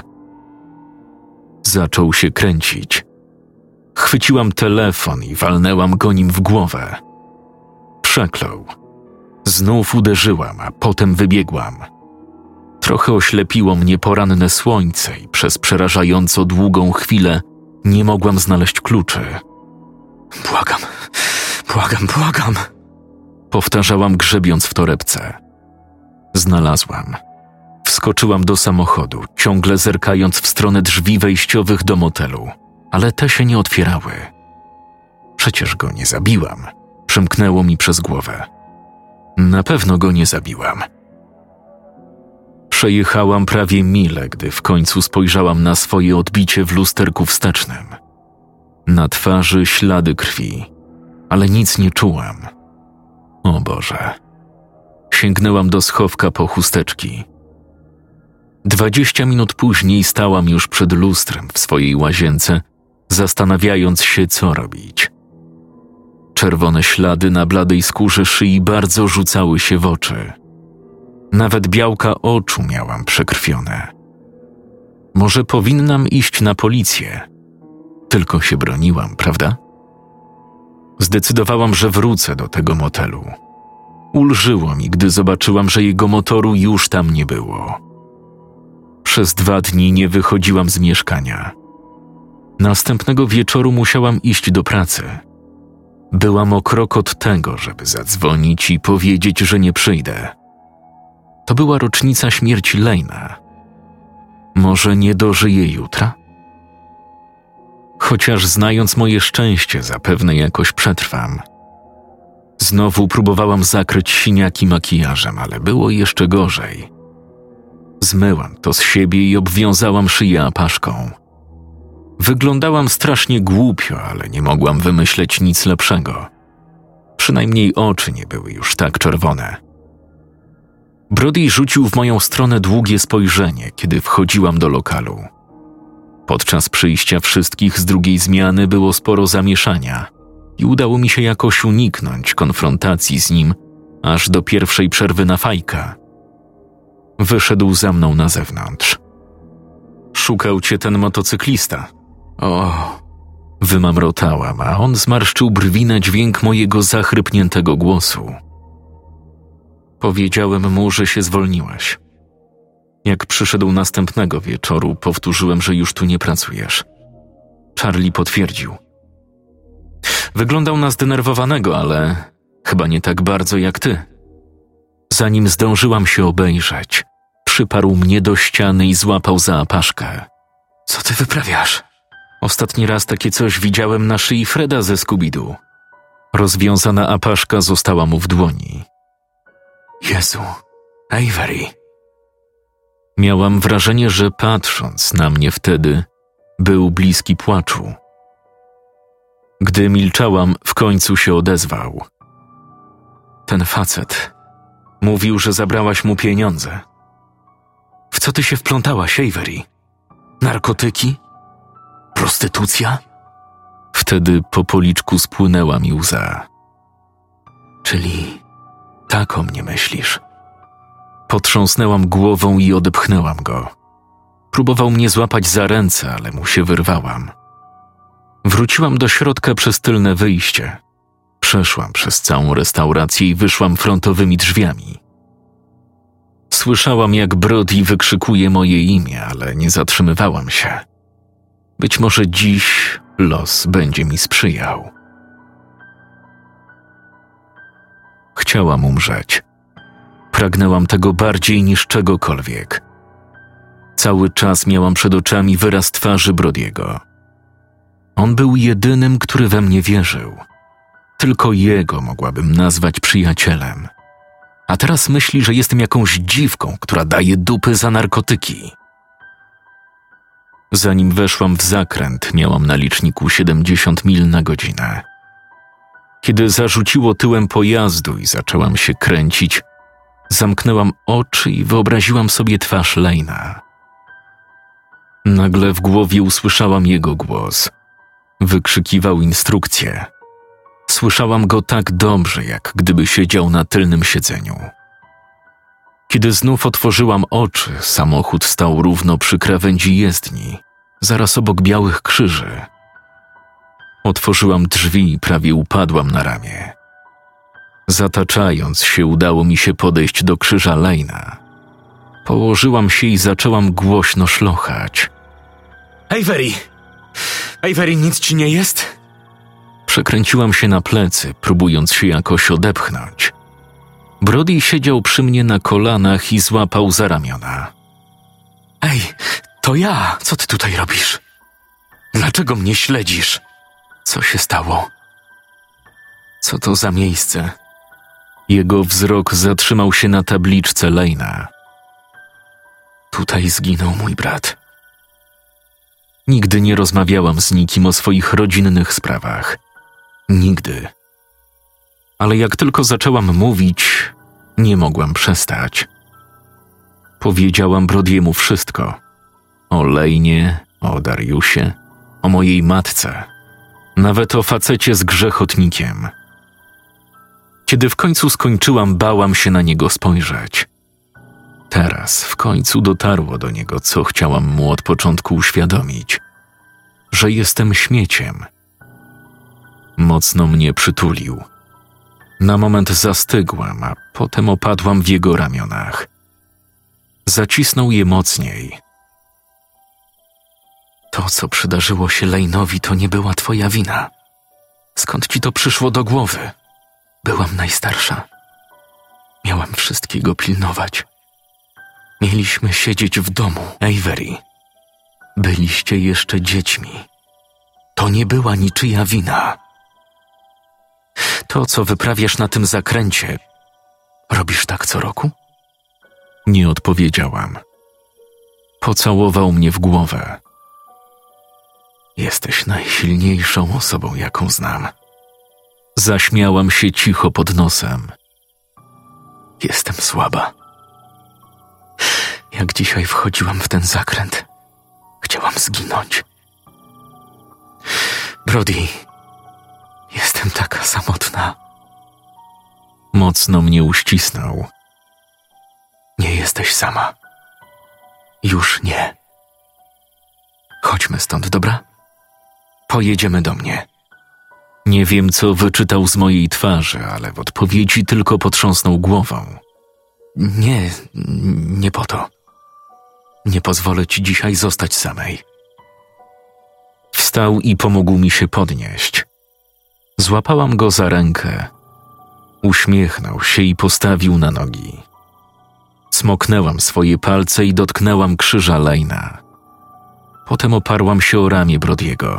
Zaczął się kręcić. Chwyciłam telefon i walnęłam go nim w głowę. Przeklął. Znów uderzyłam, a potem wybiegłam. Trochę oślepiło mnie poranne słońce i przez przerażająco długą chwilę nie mogłam znaleźć kluczy. Błagam, błagam, błagam. Powtarzałam, grzebiąc w torebce. Znalazłam. Wskoczyłam do samochodu, ciągle zerkając w stronę drzwi wejściowych do motelu, ale te się nie otwierały. Przecież go nie zabiłam. Przemknęło mi przez głowę. Na pewno go nie zabiłam. Przejechałam prawie milę, gdy w końcu spojrzałam na swoje odbicie w lusterku wstecznym. Na twarzy ślady krwi, ale nic nie czułam. O Boże. Sięgnęłam do schowka po chusteczki. 20 minut później stałam już przed lustrem w swojej łazience, zastanawiając się, co robić. Czerwone ślady na bladej skórze szyi bardzo rzucały się w oczy. Nawet białka oczu miałam przekrwione. Może powinnam iść na policję? Tylko się broniłam, prawda? Zdecydowałam, że wrócę do tego motelu. Ulżyło mi, gdy zobaczyłam, że jego motoru już tam nie było. Przez 2 dni nie wychodziłam z mieszkania. Następnego wieczoru musiałam iść do pracy. Byłam o krok od tego, żeby zadzwonić i powiedzieć, że nie przyjdę. To była rocznica śmierci Lejna. Może nie dożyję jutra? Chociaż znając moje szczęście, zapewne jakoś przetrwam. Znowu próbowałam zakryć siniaki makijażem, ale było jeszcze gorzej. Zmyłam to z siebie i obwiązałam szyję apaszką. Wyglądałam strasznie głupio, ale nie mogłam wymyśleć nic lepszego. Przynajmniej oczy nie były już tak czerwone. Brody rzucił w moją stronę długie spojrzenie, kiedy wchodziłam do lokalu. Podczas przyjścia wszystkich z drugiej zmiany było sporo zamieszania i udało mi się jakoś uniknąć konfrontacji z nim aż do pierwszej przerwy na fajkę. Wyszedł za mną na zewnątrz. Szukał cię ten motocyklista. O, wymamrotałam, a on zmarszczył brwi na dźwięk mojego zachrypniętego głosu. Powiedziałem mu, że się zwolniłaś. Jak przyszedł następnego wieczoru, powtórzyłem, że już tu nie pracujesz. Charlie potwierdził. Wyglądał na zdenerwowanego, ale chyba nie tak bardzo jak ty. Zanim zdążyłam się obejrzeć, przyparł mnie do ściany i złapał za apaszkę. Co ty wyprawiasz? Ostatni raz takie coś widziałem na szyi Freda ze Scooby-Doo. Rozwiązana apaszka została mu w dłoni. Jezu, Avery. Miałam wrażenie, że patrząc na mnie wtedy, był bliski płaczu. Gdy milczałam, w końcu się odezwał. Ten facet mówił, że zabrałaś mu pieniądze. W co ty się wplątałaś, Avery? Narkotyki? Prostytucja? Wtedy po policzku spłynęła mi łza. Czyli tak o mnie myślisz? Potrząsnęłam głową i odepchnęłam go. Próbował mnie złapać za ręce, ale mu się wyrwałam. Wróciłam do środka przez tylne wyjście. Przeszłam przez całą restaurację i wyszłam frontowymi drzwiami. Słyszałam, jak Brody wykrzykuje moje imię, ale nie zatrzymywałam się. Być może dziś los będzie mi sprzyjał. Chciałam umrzeć. Pragnęłam tego bardziej niż czegokolwiek. Cały czas miałam przed oczami wyraz twarzy Brody'ego. On był jedynym, który we mnie wierzył. Tylko jego mogłabym nazwać przyjacielem. A teraz myśli, że jestem jakąś dziwką, która daje dupy za narkotyki. Zanim weszłam w zakręt, miałam na liczniku 70 mil na godzinę. Kiedy zarzuciło tyłem pojazdu i zaczęłam się kręcić, zamknęłam oczy i wyobraziłam sobie twarz Lane'a. Nagle w głowie usłyszałam jego głos. Wykrzykiwał instrukcje. Słyszałam go tak dobrze, jak gdyby siedział na tylnym siedzeniu. Kiedy znów otworzyłam oczy, samochód stał równo przy krawędzi jezdni, zaraz obok białych krzyży. Otworzyłam drzwi i prawie upadłam na ramię. Zataczając się, udało mi się podejść do krzyża Lane'a. Położyłam się i zaczęłam głośno szlochać. Avery! Avery, nic ci nie jest? Przekręciłam się na plecy, próbując się jakoś odepchnąć. Brody siedział przy mnie na kolanach i złapał za ramiona. Ej, to ja! Co ty tutaj robisz? Dlaczego mnie śledzisz? Co się stało? Co to za miejsce? Jego wzrok zatrzymał się na tabliczce Lane'a. Tutaj zginął mój brat. Nigdy nie rozmawiałam z nikim o swoich rodzinnych sprawach. Nigdy. Ale jak tylko zaczęłam mówić, nie mogłam przestać. Powiedziałam Brody'emu wszystko. O Lane'ie, o Dariusie, o mojej matce. Nawet o facecie z grzechotnikiem. Kiedy w końcu skończyłam, bałam się na niego spojrzeć. Teraz w końcu dotarło do niego, co chciałam mu od początku uświadomić. Że jestem śmieciem. Mocno mnie przytulił. Na moment zastygłam, a potem opadłam w jego ramionach. Zacisnął je mocniej. To, co przydarzyło się Lane'owi, to nie była twoja wina. Skąd ci to przyszło do głowy? Byłam najstarsza. Miałam wszystkiego pilnować. Mieliśmy siedzieć w domu, Avery. Byliście jeszcze dziećmi. To nie była niczyja wina. To, co wyprawiasz na tym zakręcie, robisz tak co roku? Nie odpowiedziałam. Pocałował mnie w głowę. Jesteś najsilniejszą osobą, jaką znam. Zaśmiałam się cicho pod nosem. Jestem słaba. Jak dzisiaj wchodziłam w ten zakręt, chciałam zginąć. Brody, jestem taka samotna. Mocno mnie uścisnął. Nie jesteś sama. Już nie. Chodźmy stąd, dobra? Pojedziemy do mnie. Nie wiem, co wyczytał z mojej twarzy, ale w odpowiedzi tylko potrząsnął głową. Nie po to. Nie pozwolę ci dzisiaj zostać samej. Wstał i pomógł mi się podnieść. Złapałam go za rękę. Uśmiechnął się i postawił na nogi. Smoknęłam swoje palce i dotknęłam krzyża Lane'a. Potem oparłam się o ramię Brody'ego.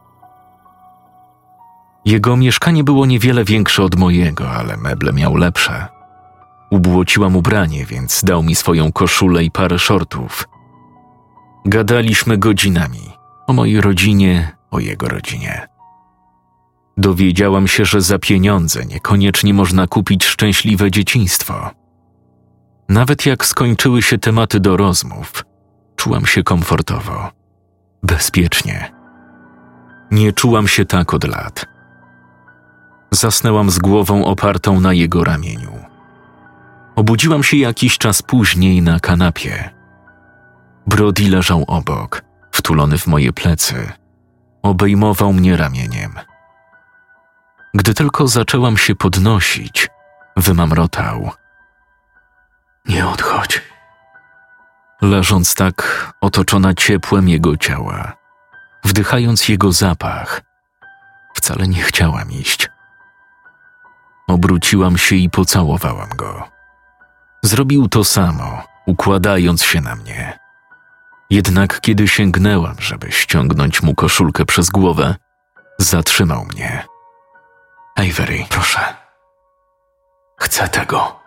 Jego mieszkanie było niewiele większe od mojego, ale meble miał lepsze. Ubłociłam ubranie, więc dał mi swoją koszulę i parę shortów. Gadaliśmy godzinami. O mojej rodzinie, o jego rodzinie. Dowiedziałam się, że za pieniądze niekoniecznie można kupić szczęśliwe dzieciństwo. Nawet jak skończyły się tematy do rozmów, czułam się komfortowo, bezpiecznie. Nie czułam się tak od lat. Zasnęłam z głową opartą na jego ramieniu. Obudziłam się jakiś czas później na kanapie. Brody leżał obok, wtulony w moje plecy. Obejmował mnie ramieniem. Gdy tylko zaczęłam się podnosić, wymamrotał. Nie odchodź. Leżąc tak, otoczona ciepłem jego ciała, wdychając jego zapach, wcale nie chciałam iść. Obróciłam się i pocałowałam go. Zrobił to samo, układając się na mnie. Jednak kiedy sięgnęłam, żeby ściągnąć mu koszulkę przez głowę, zatrzymał mnie. Avery, proszę. Chcę tego.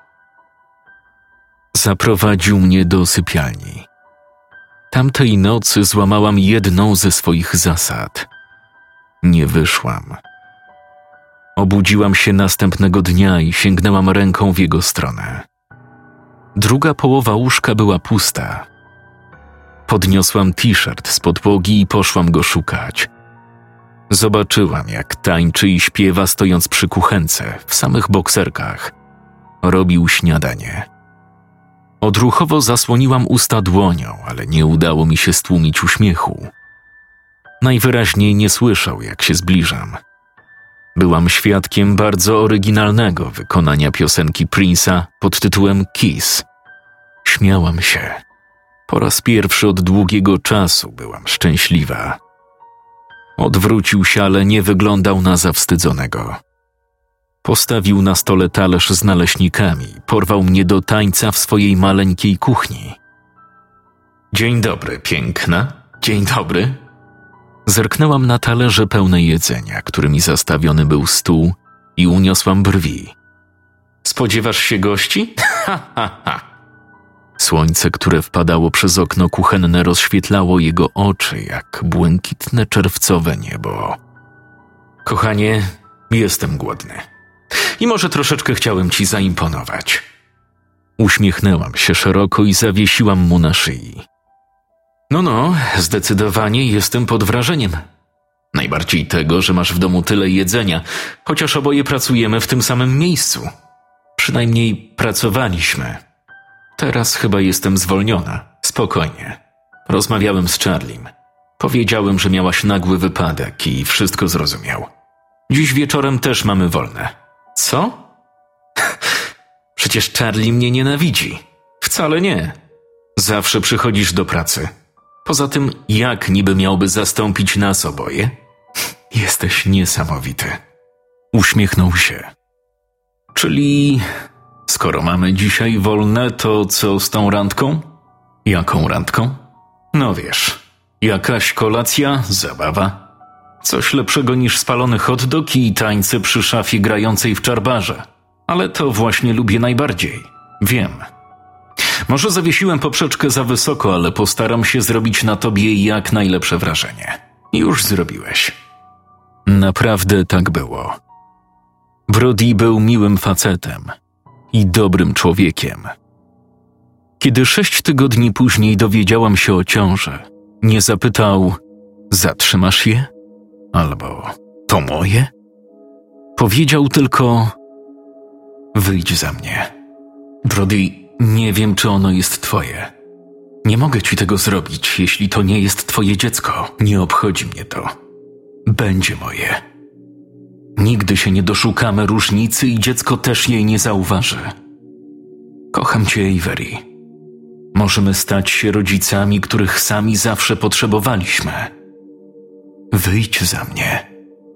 Zaprowadził mnie do sypialni. Tamtej nocy złamałam jedną ze swoich zasad. Nie wyszłam. Obudziłam się następnego dnia i sięgnęłam ręką w jego stronę. Druga połowa łóżka była pusta. Podniosłam t-shirt z podłogi i poszłam go szukać. Zobaczyłam, jak tańczy i śpiewa, stojąc przy kuchence, w samych bokserkach. Robił śniadanie. Odruchowo zasłoniłam usta dłonią, ale nie udało mi się stłumić uśmiechu. Najwyraźniej nie słyszał, jak się zbliżam. Byłam świadkiem bardzo oryginalnego wykonania piosenki Prince'a pod tytułem Kiss. Śmiałam się. Po raz pierwszy od długiego czasu byłam szczęśliwa. Odwrócił się, ale nie wyglądał na zawstydzonego. Postawił na stole talerz z naleśnikami i porwał mnie do tańca w swojej maleńkiej kuchni. Dzień dobry, piękna. Dzień dobry. Zerknęłam na talerze pełne jedzenia, którymi zastawiony był stół, i uniosłam brwi. Spodziewasz się gości? Ha, ha, ha. Słońce, które wpadało przez okno kuchenne, rozświetlało jego oczy jak błękitne czerwcowe niebo. Kochanie, jestem głodny. I może troszeczkę chciałem ci zaimponować. Uśmiechnęłam się szeroko i zawiesiłam mu na szyi. No, zdecydowanie jestem pod wrażeniem. Najbardziej tego, że masz w domu tyle jedzenia, chociaż oboje pracujemy w tym samym miejscu. Przynajmniej pracowaliśmy. Teraz chyba jestem zwolniona. Spokojnie. Rozmawiałem z Charliem. Powiedziałem, że miałaś nagły wypadek i wszystko zrozumiał. Dziś wieczorem też mamy wolne. Co? Przecież Charlie mnie nienawidzi. Wcale nie. Zawsze przychodzisz do pracy. Poza tym, jak niby miałby zastąpić nas oboje? Jesteś niesamowity. Uśmiechnął się. Czyli, skoro mamy dzisiaj wolne, to co z tą randką? Jaką randką? No wiesz, jakaś kolacja, zabawa. Coś lepszego niż spalony hot dog i tańce przy szafie grającej w czarbarze. Ale to właśnie lubię najbardziej. Wiem. Może zawiesiłem poprzeczkę za wysoko, ale postaram się zrobić na tobie jak najlepsze wrażenie. Już zrobiłeś. Naprawdę tak było. Brody był miłym facetem i dobrym człowiekiem. Kiedy 6 tygodni później dowiedziałam się o ciąży, nie zapytał: zatrzymasz je? Albo to moje? Powiedział tylko: wyjdź za mnie. Brody, nie wiem, czy ono jest twoje. Nie mogę ci tego zrobić, jeśli to nie jest twoje dziecko. Nie obchodzi mnie to. Będzie moje. Nigdy się nie doszukamy różnicy i dziecko też jej nie zauważy. Kocham cię, Avery. Możemy stać się rodzicami, których sami zawsze potrzebowaliśmy. Wyjdź za mnie.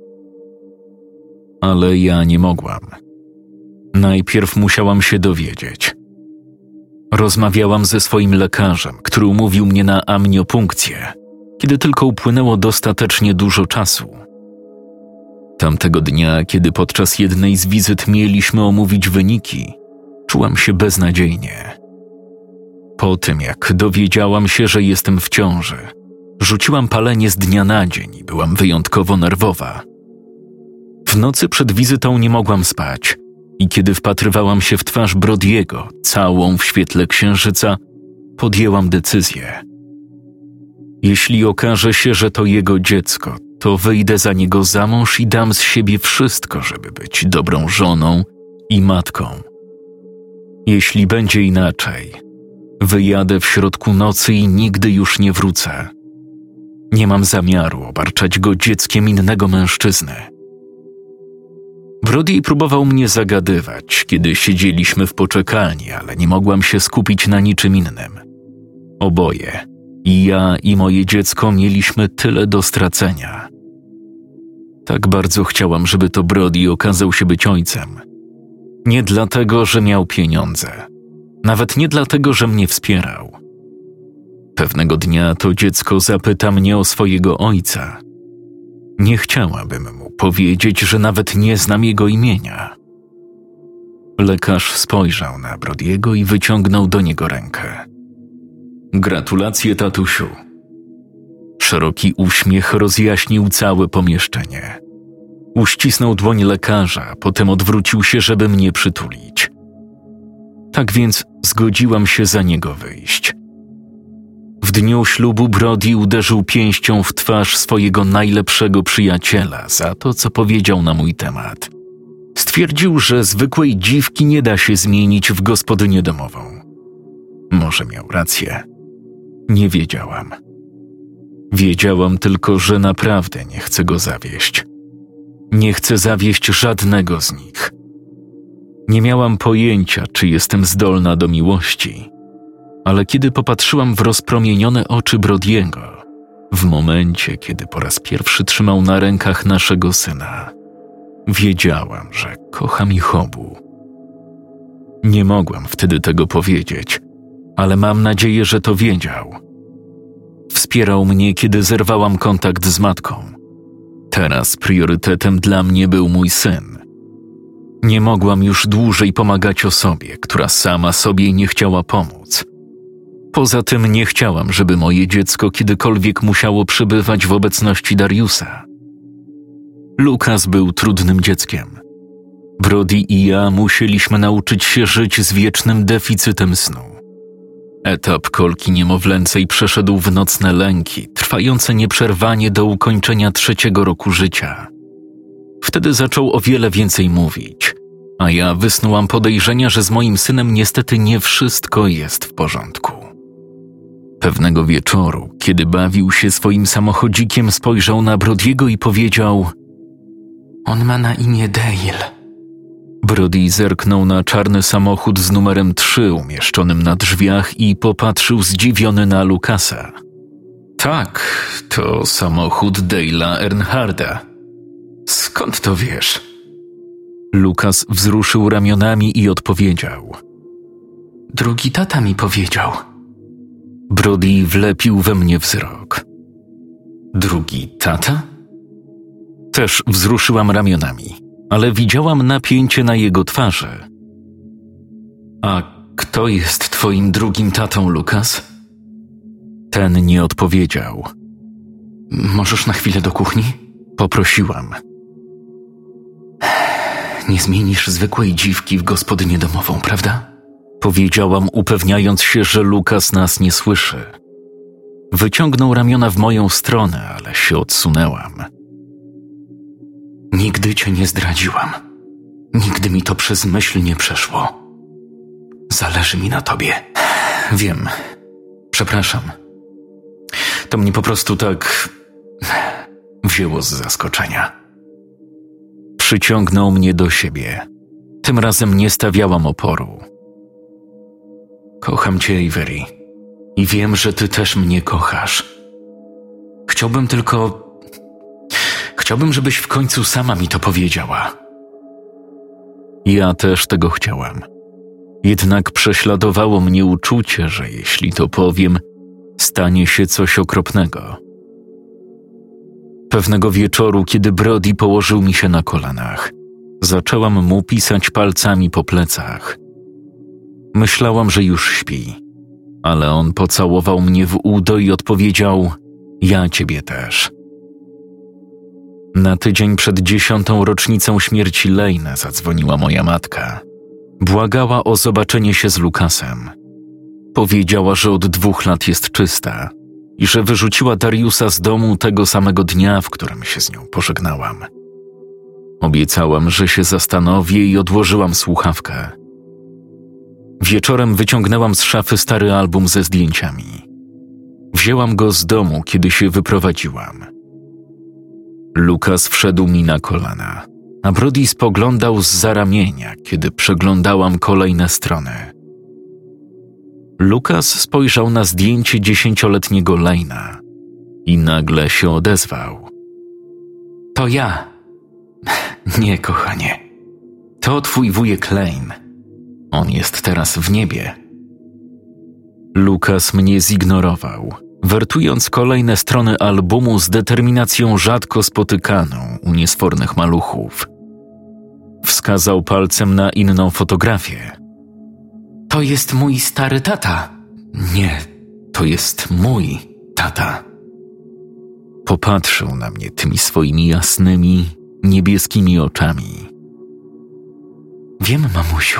Ale ja nie mogłam. Najpierw musiałam się dowiedzieć. Rozmawiałam ze swoim lekarzem, który umówił mnie na amniopunkcję, kiedy tylko upłynęło dostatecznie dużo czasu. Tamtego dnia, kiedy podczas jednej z wizyt mieliśmy omówić wyniki, czułam się beznadziejnie. Po tym, jak dowiedziałam się, że jestem w ciąży, rzuciłam palenie z dnia na dzień i byłam wyjątkowo nerwowa. W nocy przed wizytą nie mogłam spać i kiedy wpatrywałam się w twarz Brody'ego, całą w świetle księżyca, podjęłam decyzję. Jeśli okaże się, że to jego dziecko, to wyjdę za niego za mąż i dam z siebie wszystko, żeby być dobrą żoną i matką. Jeśli będzie inaczej, wyjadę w środku nocy i nigdy już nie wrócę. Nie mam zamiaru obarczać go dzieckiem innego mężczyzny. Brody próbował mnie zagadywać, kiedy siedzieliśmy w poczekalni, ale nie mogłam się skupić na niczym innym. Oboje, i ja i moje dziecko, mieliśmy tyle do stracenia. Tak bardzo chciałam, żeby to Brody okazał się być ojcem. Nie dlatego, że miał pieniądze. Nawet nie dlatego, że mnie wspierał. Pewnego dnia to dziecko zapyta mnie o swojego ojca. Nie chciałabym mu powiedzieć, że nawet nie znam jego imienia. Lekarz spojrzał na Brody'ego i wyciągnął do niego rękę. Gratulacje, tatusiu. Szeroki uśmiech rozjaśnił całe pomieszczenie. Uścisnął dłoń lekarza, potem odwrócił się, żeby mnie przytulić. Tak więc zgodziłam się za niego wyjść. W dniu ślubu Brody uderzył pięścią w twarz swojego najlepszego przyjaciela za to, co powiedział na mój temat. Stwierdził, że zwykłej dziwki nie da się zmienić w gospodynię domową. Może miał rację. Nie wiedziałam. Wiedziałam tylko, że naprawdę nie chcę go zawieść. Nie chcę zawieść żadnego z nich. Nie miałam pojęcia, czy jestem zdolna do miłości, ale kiedy popatrzyłam w rozpromienione oczy Brody'ego, w momencie, kiedy po raz pierwszy trzymał na rękach naszego syna, wiedziałam, że kocham ich obu. Nie mogłam wtedy tego powiedzieć, ale mam nadzieję, że to wiedział. Wspierał mnie, kiedy zerwałam kontakt z matką. Teraz priorytetem dla mnie był mój syn. Nie mogłam już dłużej pomagać osobie, która sama sobie nie chciała pomóc. Poza tym nie chciałam, żeby moje dziecko kiedykolwiek musiało przebywać w obecności Dariusa. Lukas był trudnym dzieckiem. Brody i ja musieliśmy nauczyć się żyć z wiecznym deficytem snu. Etap kolki niemowlęcej przeszedł w nocne lęki, trwające nieprzerwanie do ukończenia 3. roku życia. Wtedy zaczął o wiele więcej mówić, a ja wysnułam podejrzenia, że z moim synem niestety nie wszystko jest w porządku. Pewnego wieczoru, kiedy bawił się swoim samochodzikiem, spojrzał na Brody'ego i powiedział: on ma na imię Dale. Brody zerknął na czarny samochód z numerem 3 umieszczonym na drzwiach i popatrzył zdziwiony na Lukasa. Tak, to samochód Dale'a Earnharda. Skąd to wiesz? Lukas wzruszył ramionami i odpowiedział: drugi tata mi powiedział. Brody wlepił we mnie wzrok. Drugi tata? Też wzruszyłam ramionami, ale widziałam napięcie na jego twarzy. A kto jest twoim drugim tatą, Lukas? Ten nie odpowiedział. Możesz na chwilę do kuchni? Poprosiłam. Nie zmienisz zwykłej dziwki w gospodynię domową, prawda? Powiedziałam, upewniając się, że Lukas nas nie słyszy. Wyciągnął ramiona w moją stronę, ale się odsunęłam. Nigdy cię nie zdradziłam. Nigdy mi to przez myśl nie przeszło. Zależy mi na tobie. Wiem. Przepraszam. To mnie po prostu tak wzięło z zaskoczenia. Przyciągnął mnie do siebie. Tym razem nie stawiałam oporu. Kocham cię, Avery. I wiem, że ty też mnie kochasz. Chciałbym, żebyś w końcu sama mi to powiedziała. Ja też tego chciałam. Jednak prześladowało mnie uczucie, że jeśli to powiem, stanie się coś okropnego. Pewnego wieczoru, kiedy Brody położył mi się na kolanach, zaczęłam mu pisać palcami po plecach. Myślałam, że już śpi, ale on pocałował mnie w udo i odpowiedział: ja ciebie też. Na tydzień przed 10. rocznicą śmierci Lane zadzwoniła moja matka. Błagała o zobaczenie się z Lukasem. Powiedziała, że od 2 lat jest czysta i że wyrzuciła Dariusa z domu tego samego dnia, w którym się z nią pożegnałam. Obiecałam, że się zastanowię i odłożyłam słuchawkę. Wieczorem wyciągnęłam z szafy stary album ze zdjęciami. Wzięłam go z domu, kiedy się wyprowadziłam. Lukas wszedł mi na kolana, a Brody spoglądał zza ramienia, kiedy przeglądałam kolejne strony. Lukas spojrzał na zdjęcie 10-letniego Lane'a i nagle się odezwał. To ja. Nie, kochanie. To twój wujek Lane. On jest teraz w niebie. Lukas mnie zignorował, wertując kolejne strony albumu z determinacją rzadko spotykaną u niesfornych maluchów. Wskazał palcem na inną fotografię. To jest mój stary tata. Nie, to jest mój tata. Popatrzył na mnie tymi swoimi jasnymi, niebieskimi oczami. Wiem, mamusiu.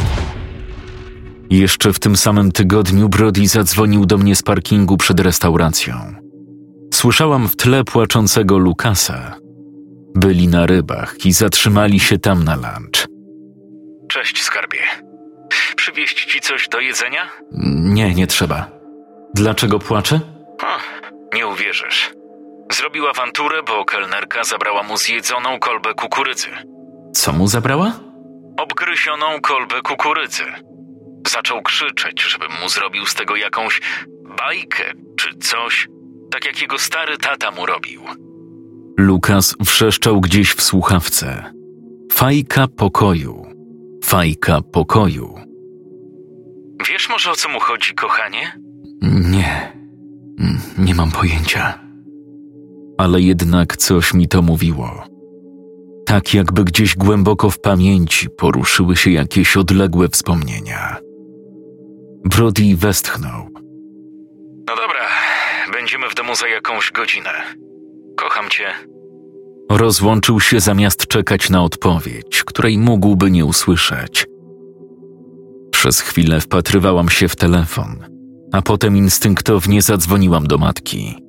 Jeszcze w tym samym tygodniu Brody zadzwonił do mnie z parkingu przed restauracją. Słyszałam w tle płaczącego Lukasa. Byli na rybach i zatrzymali się tam na lunch. Cześć, skarbie. Przywieźć ci coś do jedzenia? Nie trzeba. Dlaczego płacze? Nie uwierzysz. Zrobił awanturę, bo kelnerka zabrała mu zjedzoną kolbę kukurydzy. Co mu zabrała? Obgryzioną kolbę kukurydzy. Zaczął krzyczeć, żebym mu zrobił z tego jakąś bajkę czy coś, tak jak jego stary tata mu robił. Lukas wrzeszczał gdzieś w słuchawce. Fajka pokoju. Fajka pokoju. Wiesz może, o co mu chodzi, kochanie? Nie mam pojęcia. Ale jednak coś mi to mówiło. Tak jakby gdzieś głęboko w pamięci poruszyły się jakieś odległe wspomnienia. Brody westchnął. No dobra, będziemy w domu za jakąś godzinę. Kocham cię. Rozłączył się zamiast czekać na odpowiedź, której mógłby nie usłyszeć. Przez chwilę wpatrywałam się w telefon, a potem instynktownie zadzwoniłam do matki.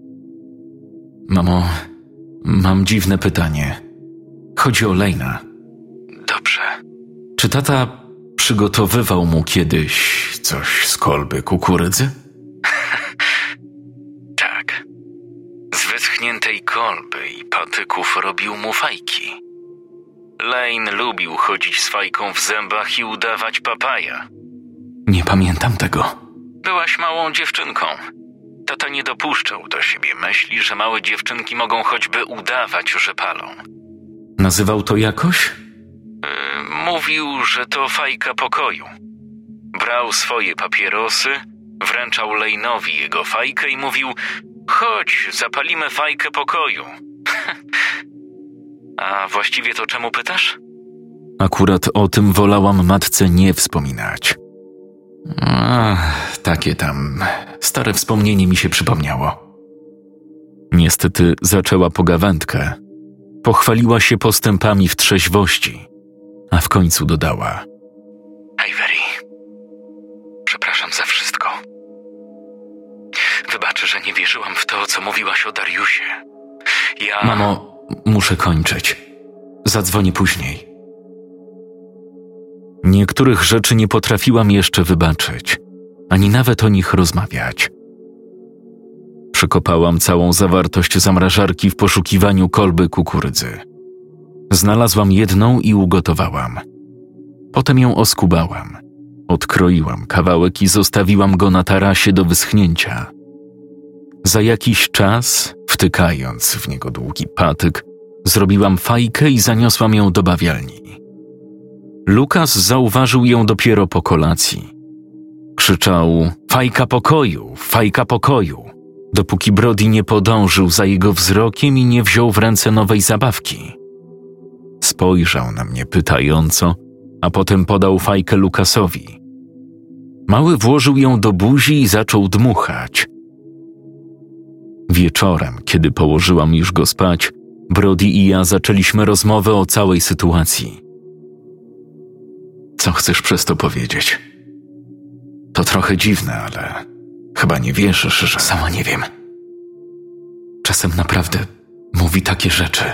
Mamo, mam dziwne pytanie. Chodzi o Lane'a. Dobrze. Czy tata przygotowywał mu kiedyś coś z kolby kukurydzy? Tak. Z wyschniętej kolby i patyków robił mu fajki. Lane lubił chodzić z fajką w zębach i udawać papaja. Nie pamiętam tego. Byłaś małą dziewczynką. Tata nie dopuszczał do siebie myśli, że małe dziewczynki mogą choćby udawać, że palą. Nazywał to jakoś? Mówił, że to fajka pokoju. Brał swoje papierosy, wręczał Lane'owi jego fajkę i mówił: chodź, zapalimy fajkę pokoju. A właściwie to czemu pytasz? Akurat o tym wolałam matce nie wspominać. Takie tam stare wspomnienie mi się przypomniało. Niestety zaczęła pogawędkę. Pochwaliła się postępami w trzeźwości, a w końcu dodała: Avery, przepraszam za wszystko. Wybacz, że nie wierzyłam w to, co mówiłaś o Dariusie. Mamo, muszę kończyć. Zadzwonię później. Niektórych rzeczy nie potrafiłam jeszcze wybaczyć, ani nawet o nich rozmawiać. Przekopałam całą zawartość zamrażarki w poszukiwaniu kolby kukurydzy. Znalazłam jedną i ugotowałam. Potem ją oskubałam. Odkroiłam kawałek i zostawiłam go na tarasie do wyschnięcia. Za jakiś czas, wtykając w niego długi patyk, zrobiłam fajkę i zaniosłam ją do bawialni. Lukas zauważył ją dopiero po kolacji. Krzyczał: fajka pokoju, dopóki Brody nie podążył za jego wzrokiem i nie wziął w ręce nowej zabawki. Spojrzał na mnie pytająco, a potem podał fajkę Lukasowi. Mały włożył ją do buzi i zaczął dmuchać. Wieczorem, kiedy położyłam już go spać, Brody i ja zaczęliśmy rozmowę o całej sytuacji. Co chcesz przez to powiedzieć? To trochę dziwne, ale chyba nie wierzysz, że... Sama nie wiem. Czasem naprawdę mówi takie rzeczy.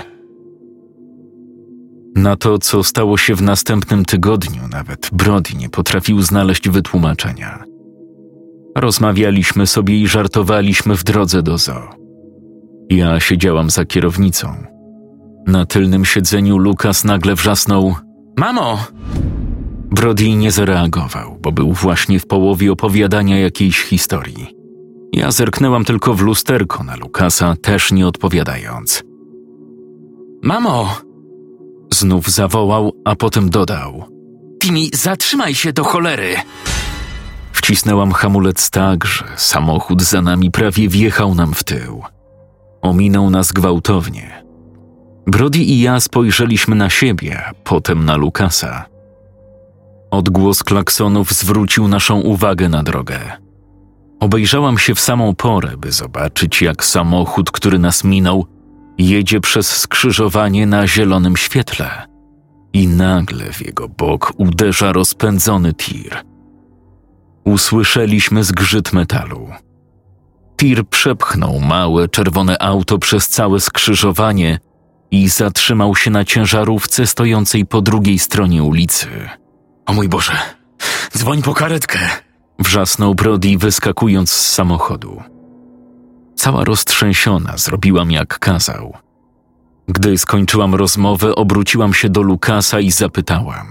Na to, co stało się w następnym tygodniu, nawet Brody nie potrafił znaleźć wytłumaczenia. Rozmawialiśmy sobie i żartowaliśmy w drodze do zoo. Ja siedziałam za kierownicą. Na tylnym siedzeniu Lukas nagle wrzasnął: Mamo! Brody nie zareagował, bo był właśnie w połowie opowiadania jakiejś historii. Ja zerknęłam tylko w lusterko na Lukasa, też nie odpowiadając. Mamo! Znów zawołał, a potem dodał: Timmy, zatrzymaj się do cholery! Wcisnęłam hamulec tak, że samochód za nami prawie wjechał nam w tył. Ominął nas gwałtownie. Brody i ja spojrzeliśmy na siebie, a potem na Lukasa. Odgłos klaksonów zwrócił naszą uwagę na drogę. Obejrzałam się w samą porę, by zobaczyć, jak samochód, który nas minął, jedzie przez skrzyżowanie na zielonym świetle. I nagle w jego bok uderza rozpędzony tir. Usłyszeliśmy zgrzyt metalu. Tir przepchnął małe, czerwone auto przez całe skrzyżowanie i zatrzymał się na ciężarówce stojącej po drugiej stronie ulicy. O mój Boże, dzwoń po karetkę! Wrzasnął Brody, wyskakując z samochodu. Cała roztrzęsiona zrobiłam jak kazał. Gdy skończyłam rozmowę, obróciłam się do Lukasa i zapytałam: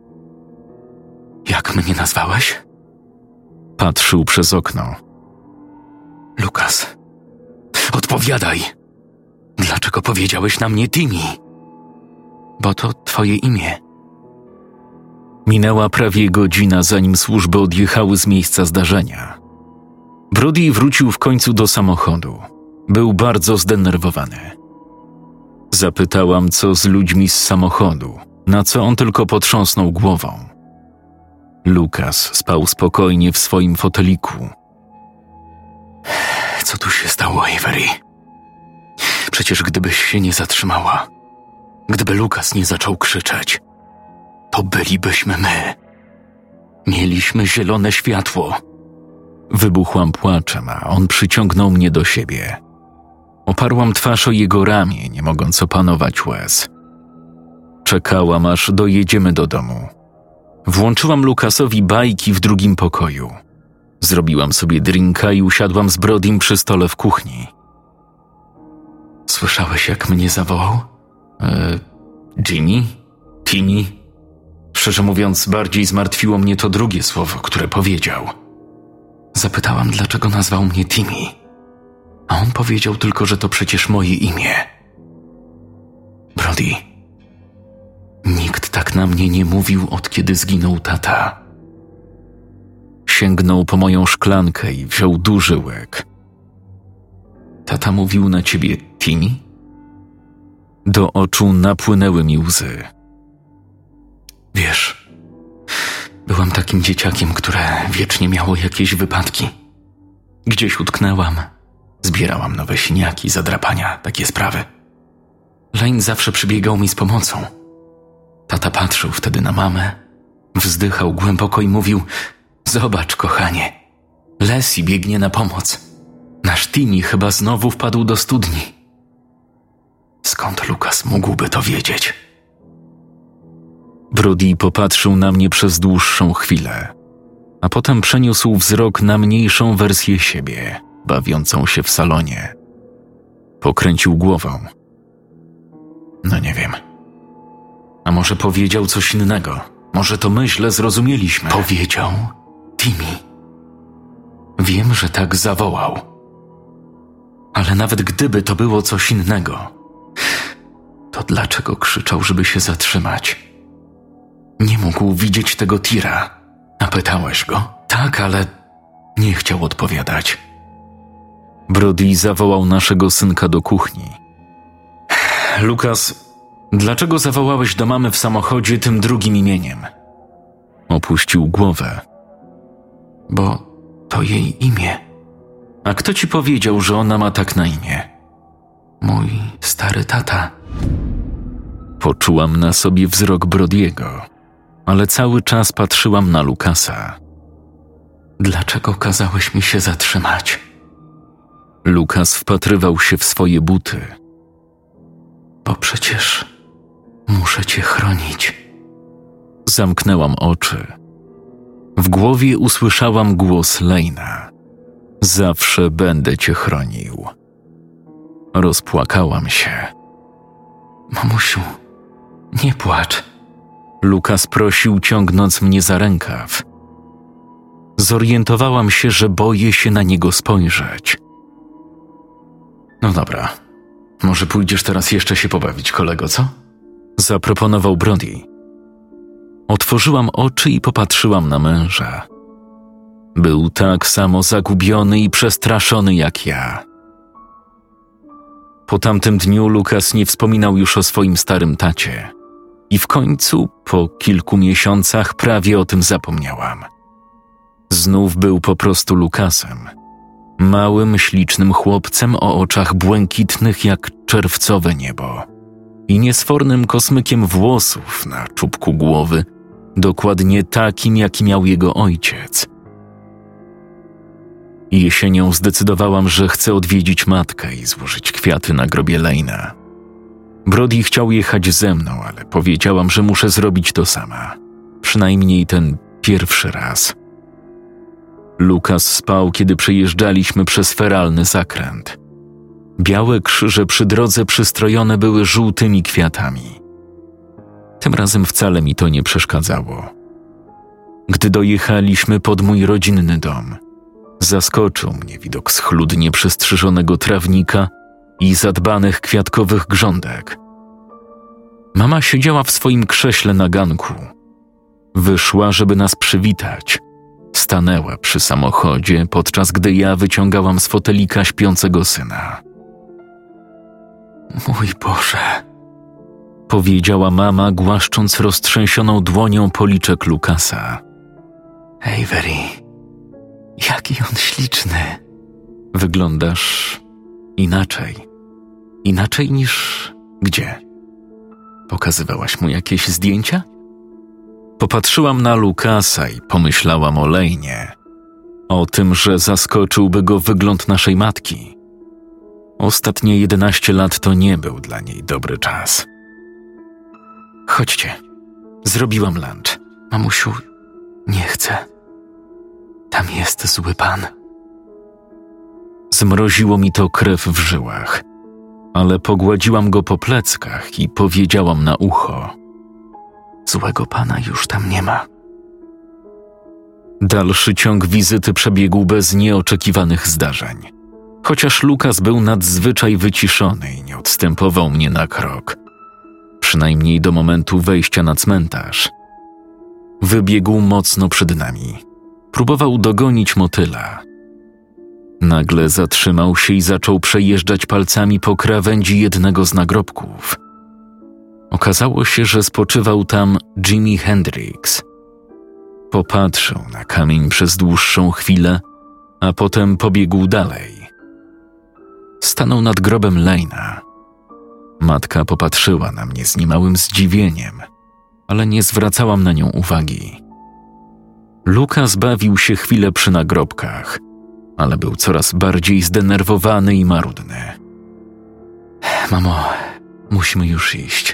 Jak mnie nazwałeś? Patrzył przez okno. Lukas, odpowiadaj! Dlaczego powiedziałeś na mnie Timmy? Bo to twoje imię. Minęła prawie godzina, zanim służby odjechały z miejsca zdarzenia. Brody wrócił w końcu do samochodu. Był bardzo zdenerwowany. Zapytałam, co z ludźmi z samochodu, na co on tylko potrząsnął głową. Lukas spał spokojnie w swoim foteliku. Co tu się stało, Avery? Przecież gdybyś się nie zatrzymała, gdyby Lukas nie zaczął krzyczeć, to bylibyśmy my. Mieliśmy zielone światło. Wybuchłam płaczem, a on przyciągnął mnie do siebie. Oparłam twarz o jego ramię, nie mogąc opanować łez. Czekałam, aż dojedziemy do domu. Włączyłam Lukasowi bajki w drugim pokoju. Zrobiłam sobie drinka i usiadłam z Brodym przy stole w kuchni. Słyszałeś, jak mnie zawołał? Jimmy? Timmy? Szczerze mówiąc, bardziej zmartwiło mnie to drugie słowo, które powiedział. Zapytałam, dlaczego nazwał mnie Timmy. A on powiedział tylko, że to przecież moje imię. Brody, nikt tak na mnie nie mówił, od kiedy zginął tata. Sięgnął po moją szklankę i wziął duży łyk. Tata mówił na ciebie Timmy? Do oczu napłynęły mi łzy. Wiesz, byłam takim dzieciakiem, które wiecznie miało jakieś wypadki. Gdzieś utknęłam, zbierałam nowe siniaki, zadrapania, takie sprawy. Lane zawsze przybiegał mi z pomocą. Tata patrzył wtedy na mamę, wzdychał głęboko i mówił: zobacz, kochanie, Leslie biegnie na pomoc. Nasz Timmy chyba znowu wpadł do studni. Skąd Lucas mógłby to wiedzieć? Brody popatrzył na mnie przez dłuższą chwilę, a potem przeniósł wzrok na mniejszą wersję siebie, bawiącą się w salonie. Pokręcił głową. No nie wiem. A może powiedział coś innego? Może to my źle zrozumieliśmy? Powiedział Timmy. Wiem, że tak zawołał. Ale nawet gdyby to było coś innego, to dlaczego krzyczał, żeby się zatrzymać? Nie mógł widzieć tego tira. A pytałeś go? Tak, ale nie chciał odpowiadać. Brody zawołał naszego synka do kuchni. Lucas, dlaczego zawołałeś do mamy w samochodzie tym drugim imieniem? Opuścił głowę. Bo to jej imię. A kto ci powiedział, że ona ma tak na imię? Mój stary tata. Poczułam na sobie wzrok Brody'ego, ale cały czas patrzyłam na Lucasa. Dlaczego kazałeś mi się zatrzymać? Lucas wpatrywał się w swoje buty. Bo przecież muszę cię chronić. Zamknęłam oczy. W głowie usłyszałam głos Lane'a. Zawsze będę cię chronił. Rozpłakałam się. Mamusiu, nie płacz. Lucas prosił, ciągnąc mnie za rękaw. Zorientowałam się, że boję się na niego spojrzeć. No dobra, może pójdziesz teraz jeszcze się pobawić, kolego, co? Zaproponował Brody. Otworzyłam oczy i popatrzyłam na męża. Był tak samo zagubiony i przestraszony jak ja. Po tamtym dniu Lucas nie wspominał już o swoim starym tacie. I w końcu, po kilku miesiącach, prawie o tym zapomniałam. Znów był po prostu Lucasem. Małym, ślicznym chłopcem o oczach błękitnych jak czerwcowe niebo i niesfornym kosmykiem włosów na czubku głowy, dokładnie takim, jaki miał jego ojciec. Jesienią zdecydowałam, że chcę odwiedzić matkę i złożyć kwiaty na grobie Lane'a. Brody chciał jechać ze mną, ale powiedziałam, że muszę zrobić to sama. Przynajmniej ten pierwszy raz. Lucas spał, kiedy przejeżdżaliśmy przez feralny zakręt. Białe krzyże przy drodze przystrojone były żółtymi kwiatami. Tym razem wcale mi to nie przeszkadzało. Gdy dojechaliśmy pod mój rodzinny dom, zaskoczył mnie widok schludnie przystrzyżonego trawnika i zadbanych kwiatkowych grządek. Mama siedziała w swoim krześle na ganku. Wyszła, żeby nas przywitać. Stanęła przy samochodzie, podczas gdy ja wyciągałam z fotelika śpiącego syna. Mój Boże, powiedziała mama, głaszcząc roztrzęsioną dłonią policzek Lucasa. Avery, jaki on śliczny. Wyglądasz inaczej. Inaczej niż gdzie? Pokazywałaś mu jakieś zdjęcia? Popatrzyłam na Lucasa i pomyślałam o Lane'ie. O tym, że zaskoczyłby go wygląd naszej matki. Ostatnie 11 lat to nie był dla niej dobry czas. Chodźcie, zrobiłam lunch. Mamusiu, nie chcę. Tam jest zły pan. Zmroziło mi to krew w żyłach, ale pogładziłam go po pleckach i powiedziałam na ucho. Złego pana już tam nie ma. Dalszy ciąg wizyty przebiegł bez nieoczekiwanych zdarzeń. Chociaż Lucas był nadzwyczaj wyciszony i nie odstępował mnie na krok. Przynajmniej do momentu wejścia na cmentarz. Wybiegł mocno przed nami. Próbował dogonić motyla. Nagle zatrzymał się i zaczął przejeżdżać palcami po krawędzi jednego z nagrobków, Okazało się, że spoczywał tam Jimi Hendrix. Popatrzył na kamień przez dłuższą chwilę, a potem pobiegł dalej. Stanął nad grobem Lane'a. Matka popatrzyła na mnie z niemałym zdziwieniem, ale nie zwracałam na nią uwagi. Lucas bawił się chwilę przy nagrobkach, ale był coraz bardziej zdenerwowany i marudny. Mamo, musimy już iść.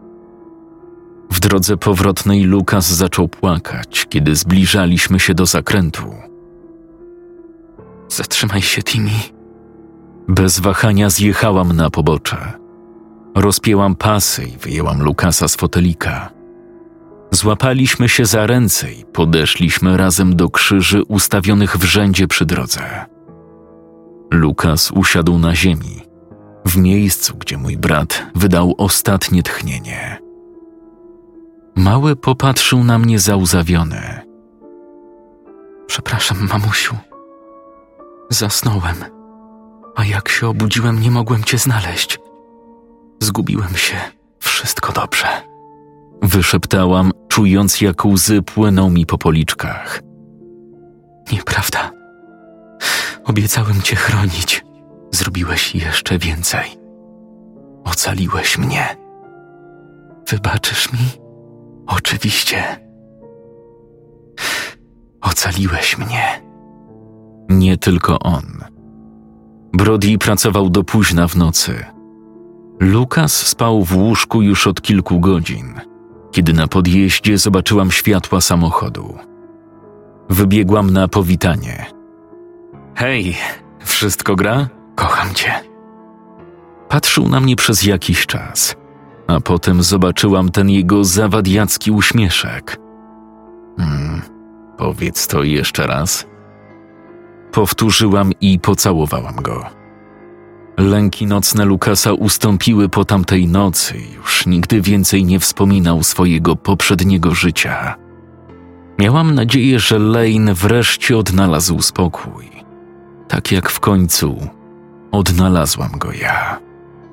W drodze powrotnej Lucas zaczął płakać, kiedy zbliżaliśmy się do zakrętu. Zatrzymaj się, Timmy. Bez wahania zjechałam na pobocze. Rozpięłam pasy i wyjęłam Lucasa z fotelika. Złapaliśmy się za ręce i podeszliśmy razem do krzyży ustawionych w rzędzie przy drodze. Lucas usiadł na ziemi, w miejscu, gdzie mój brat wydał ostatnie tchnienie. Mały popatrzył na mnie załzawiony. Przepraszam, mamusiu. Zasnąłem, a jak się obudziłem, nie mogłem cię znaleźć. Zgubiłem się. Wszystko dobrze. Wyszeptałam, czując, jak łzy płyną mi po policzkach. Nieprawda. Obiecałem cię chronić. Zrobiłeś jeszcze więcej. Ocaliłeś mnie. Wybaczysz mi? Oczywiście. Ocaliłeś mnie. Nie tylko on. Brody pracował do późna w nocy. Lucas spał w łóżku już od kilku godzin, kiedy na podjeździe zobaczyłam światła samochodu. Wybiegłam na powitanie. Hej, wszystko gra? Kocham cię. Patrzył na mnie przez jakiś czas, a potem zobaczyłam ten jego zawadiacki uśmieszek. Powiedz to jeszcze raz. Powtórzyłam i pocałowałam go. Lęki nocne Lucasa ustąpiły po tamtej nocy i już nigdy więcej nie wspominał swojego poprzedniego życia. Miałam nadzieję, że Lane wreszcie odnalazł spokój, tak jak w końcu odnalazłam go ja.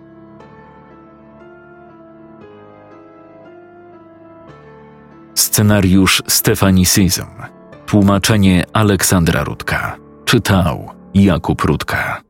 Scenariusz Stephanie Season. Tłumaczenie Aleksandra Rutka. Czytał Jakub Rutka.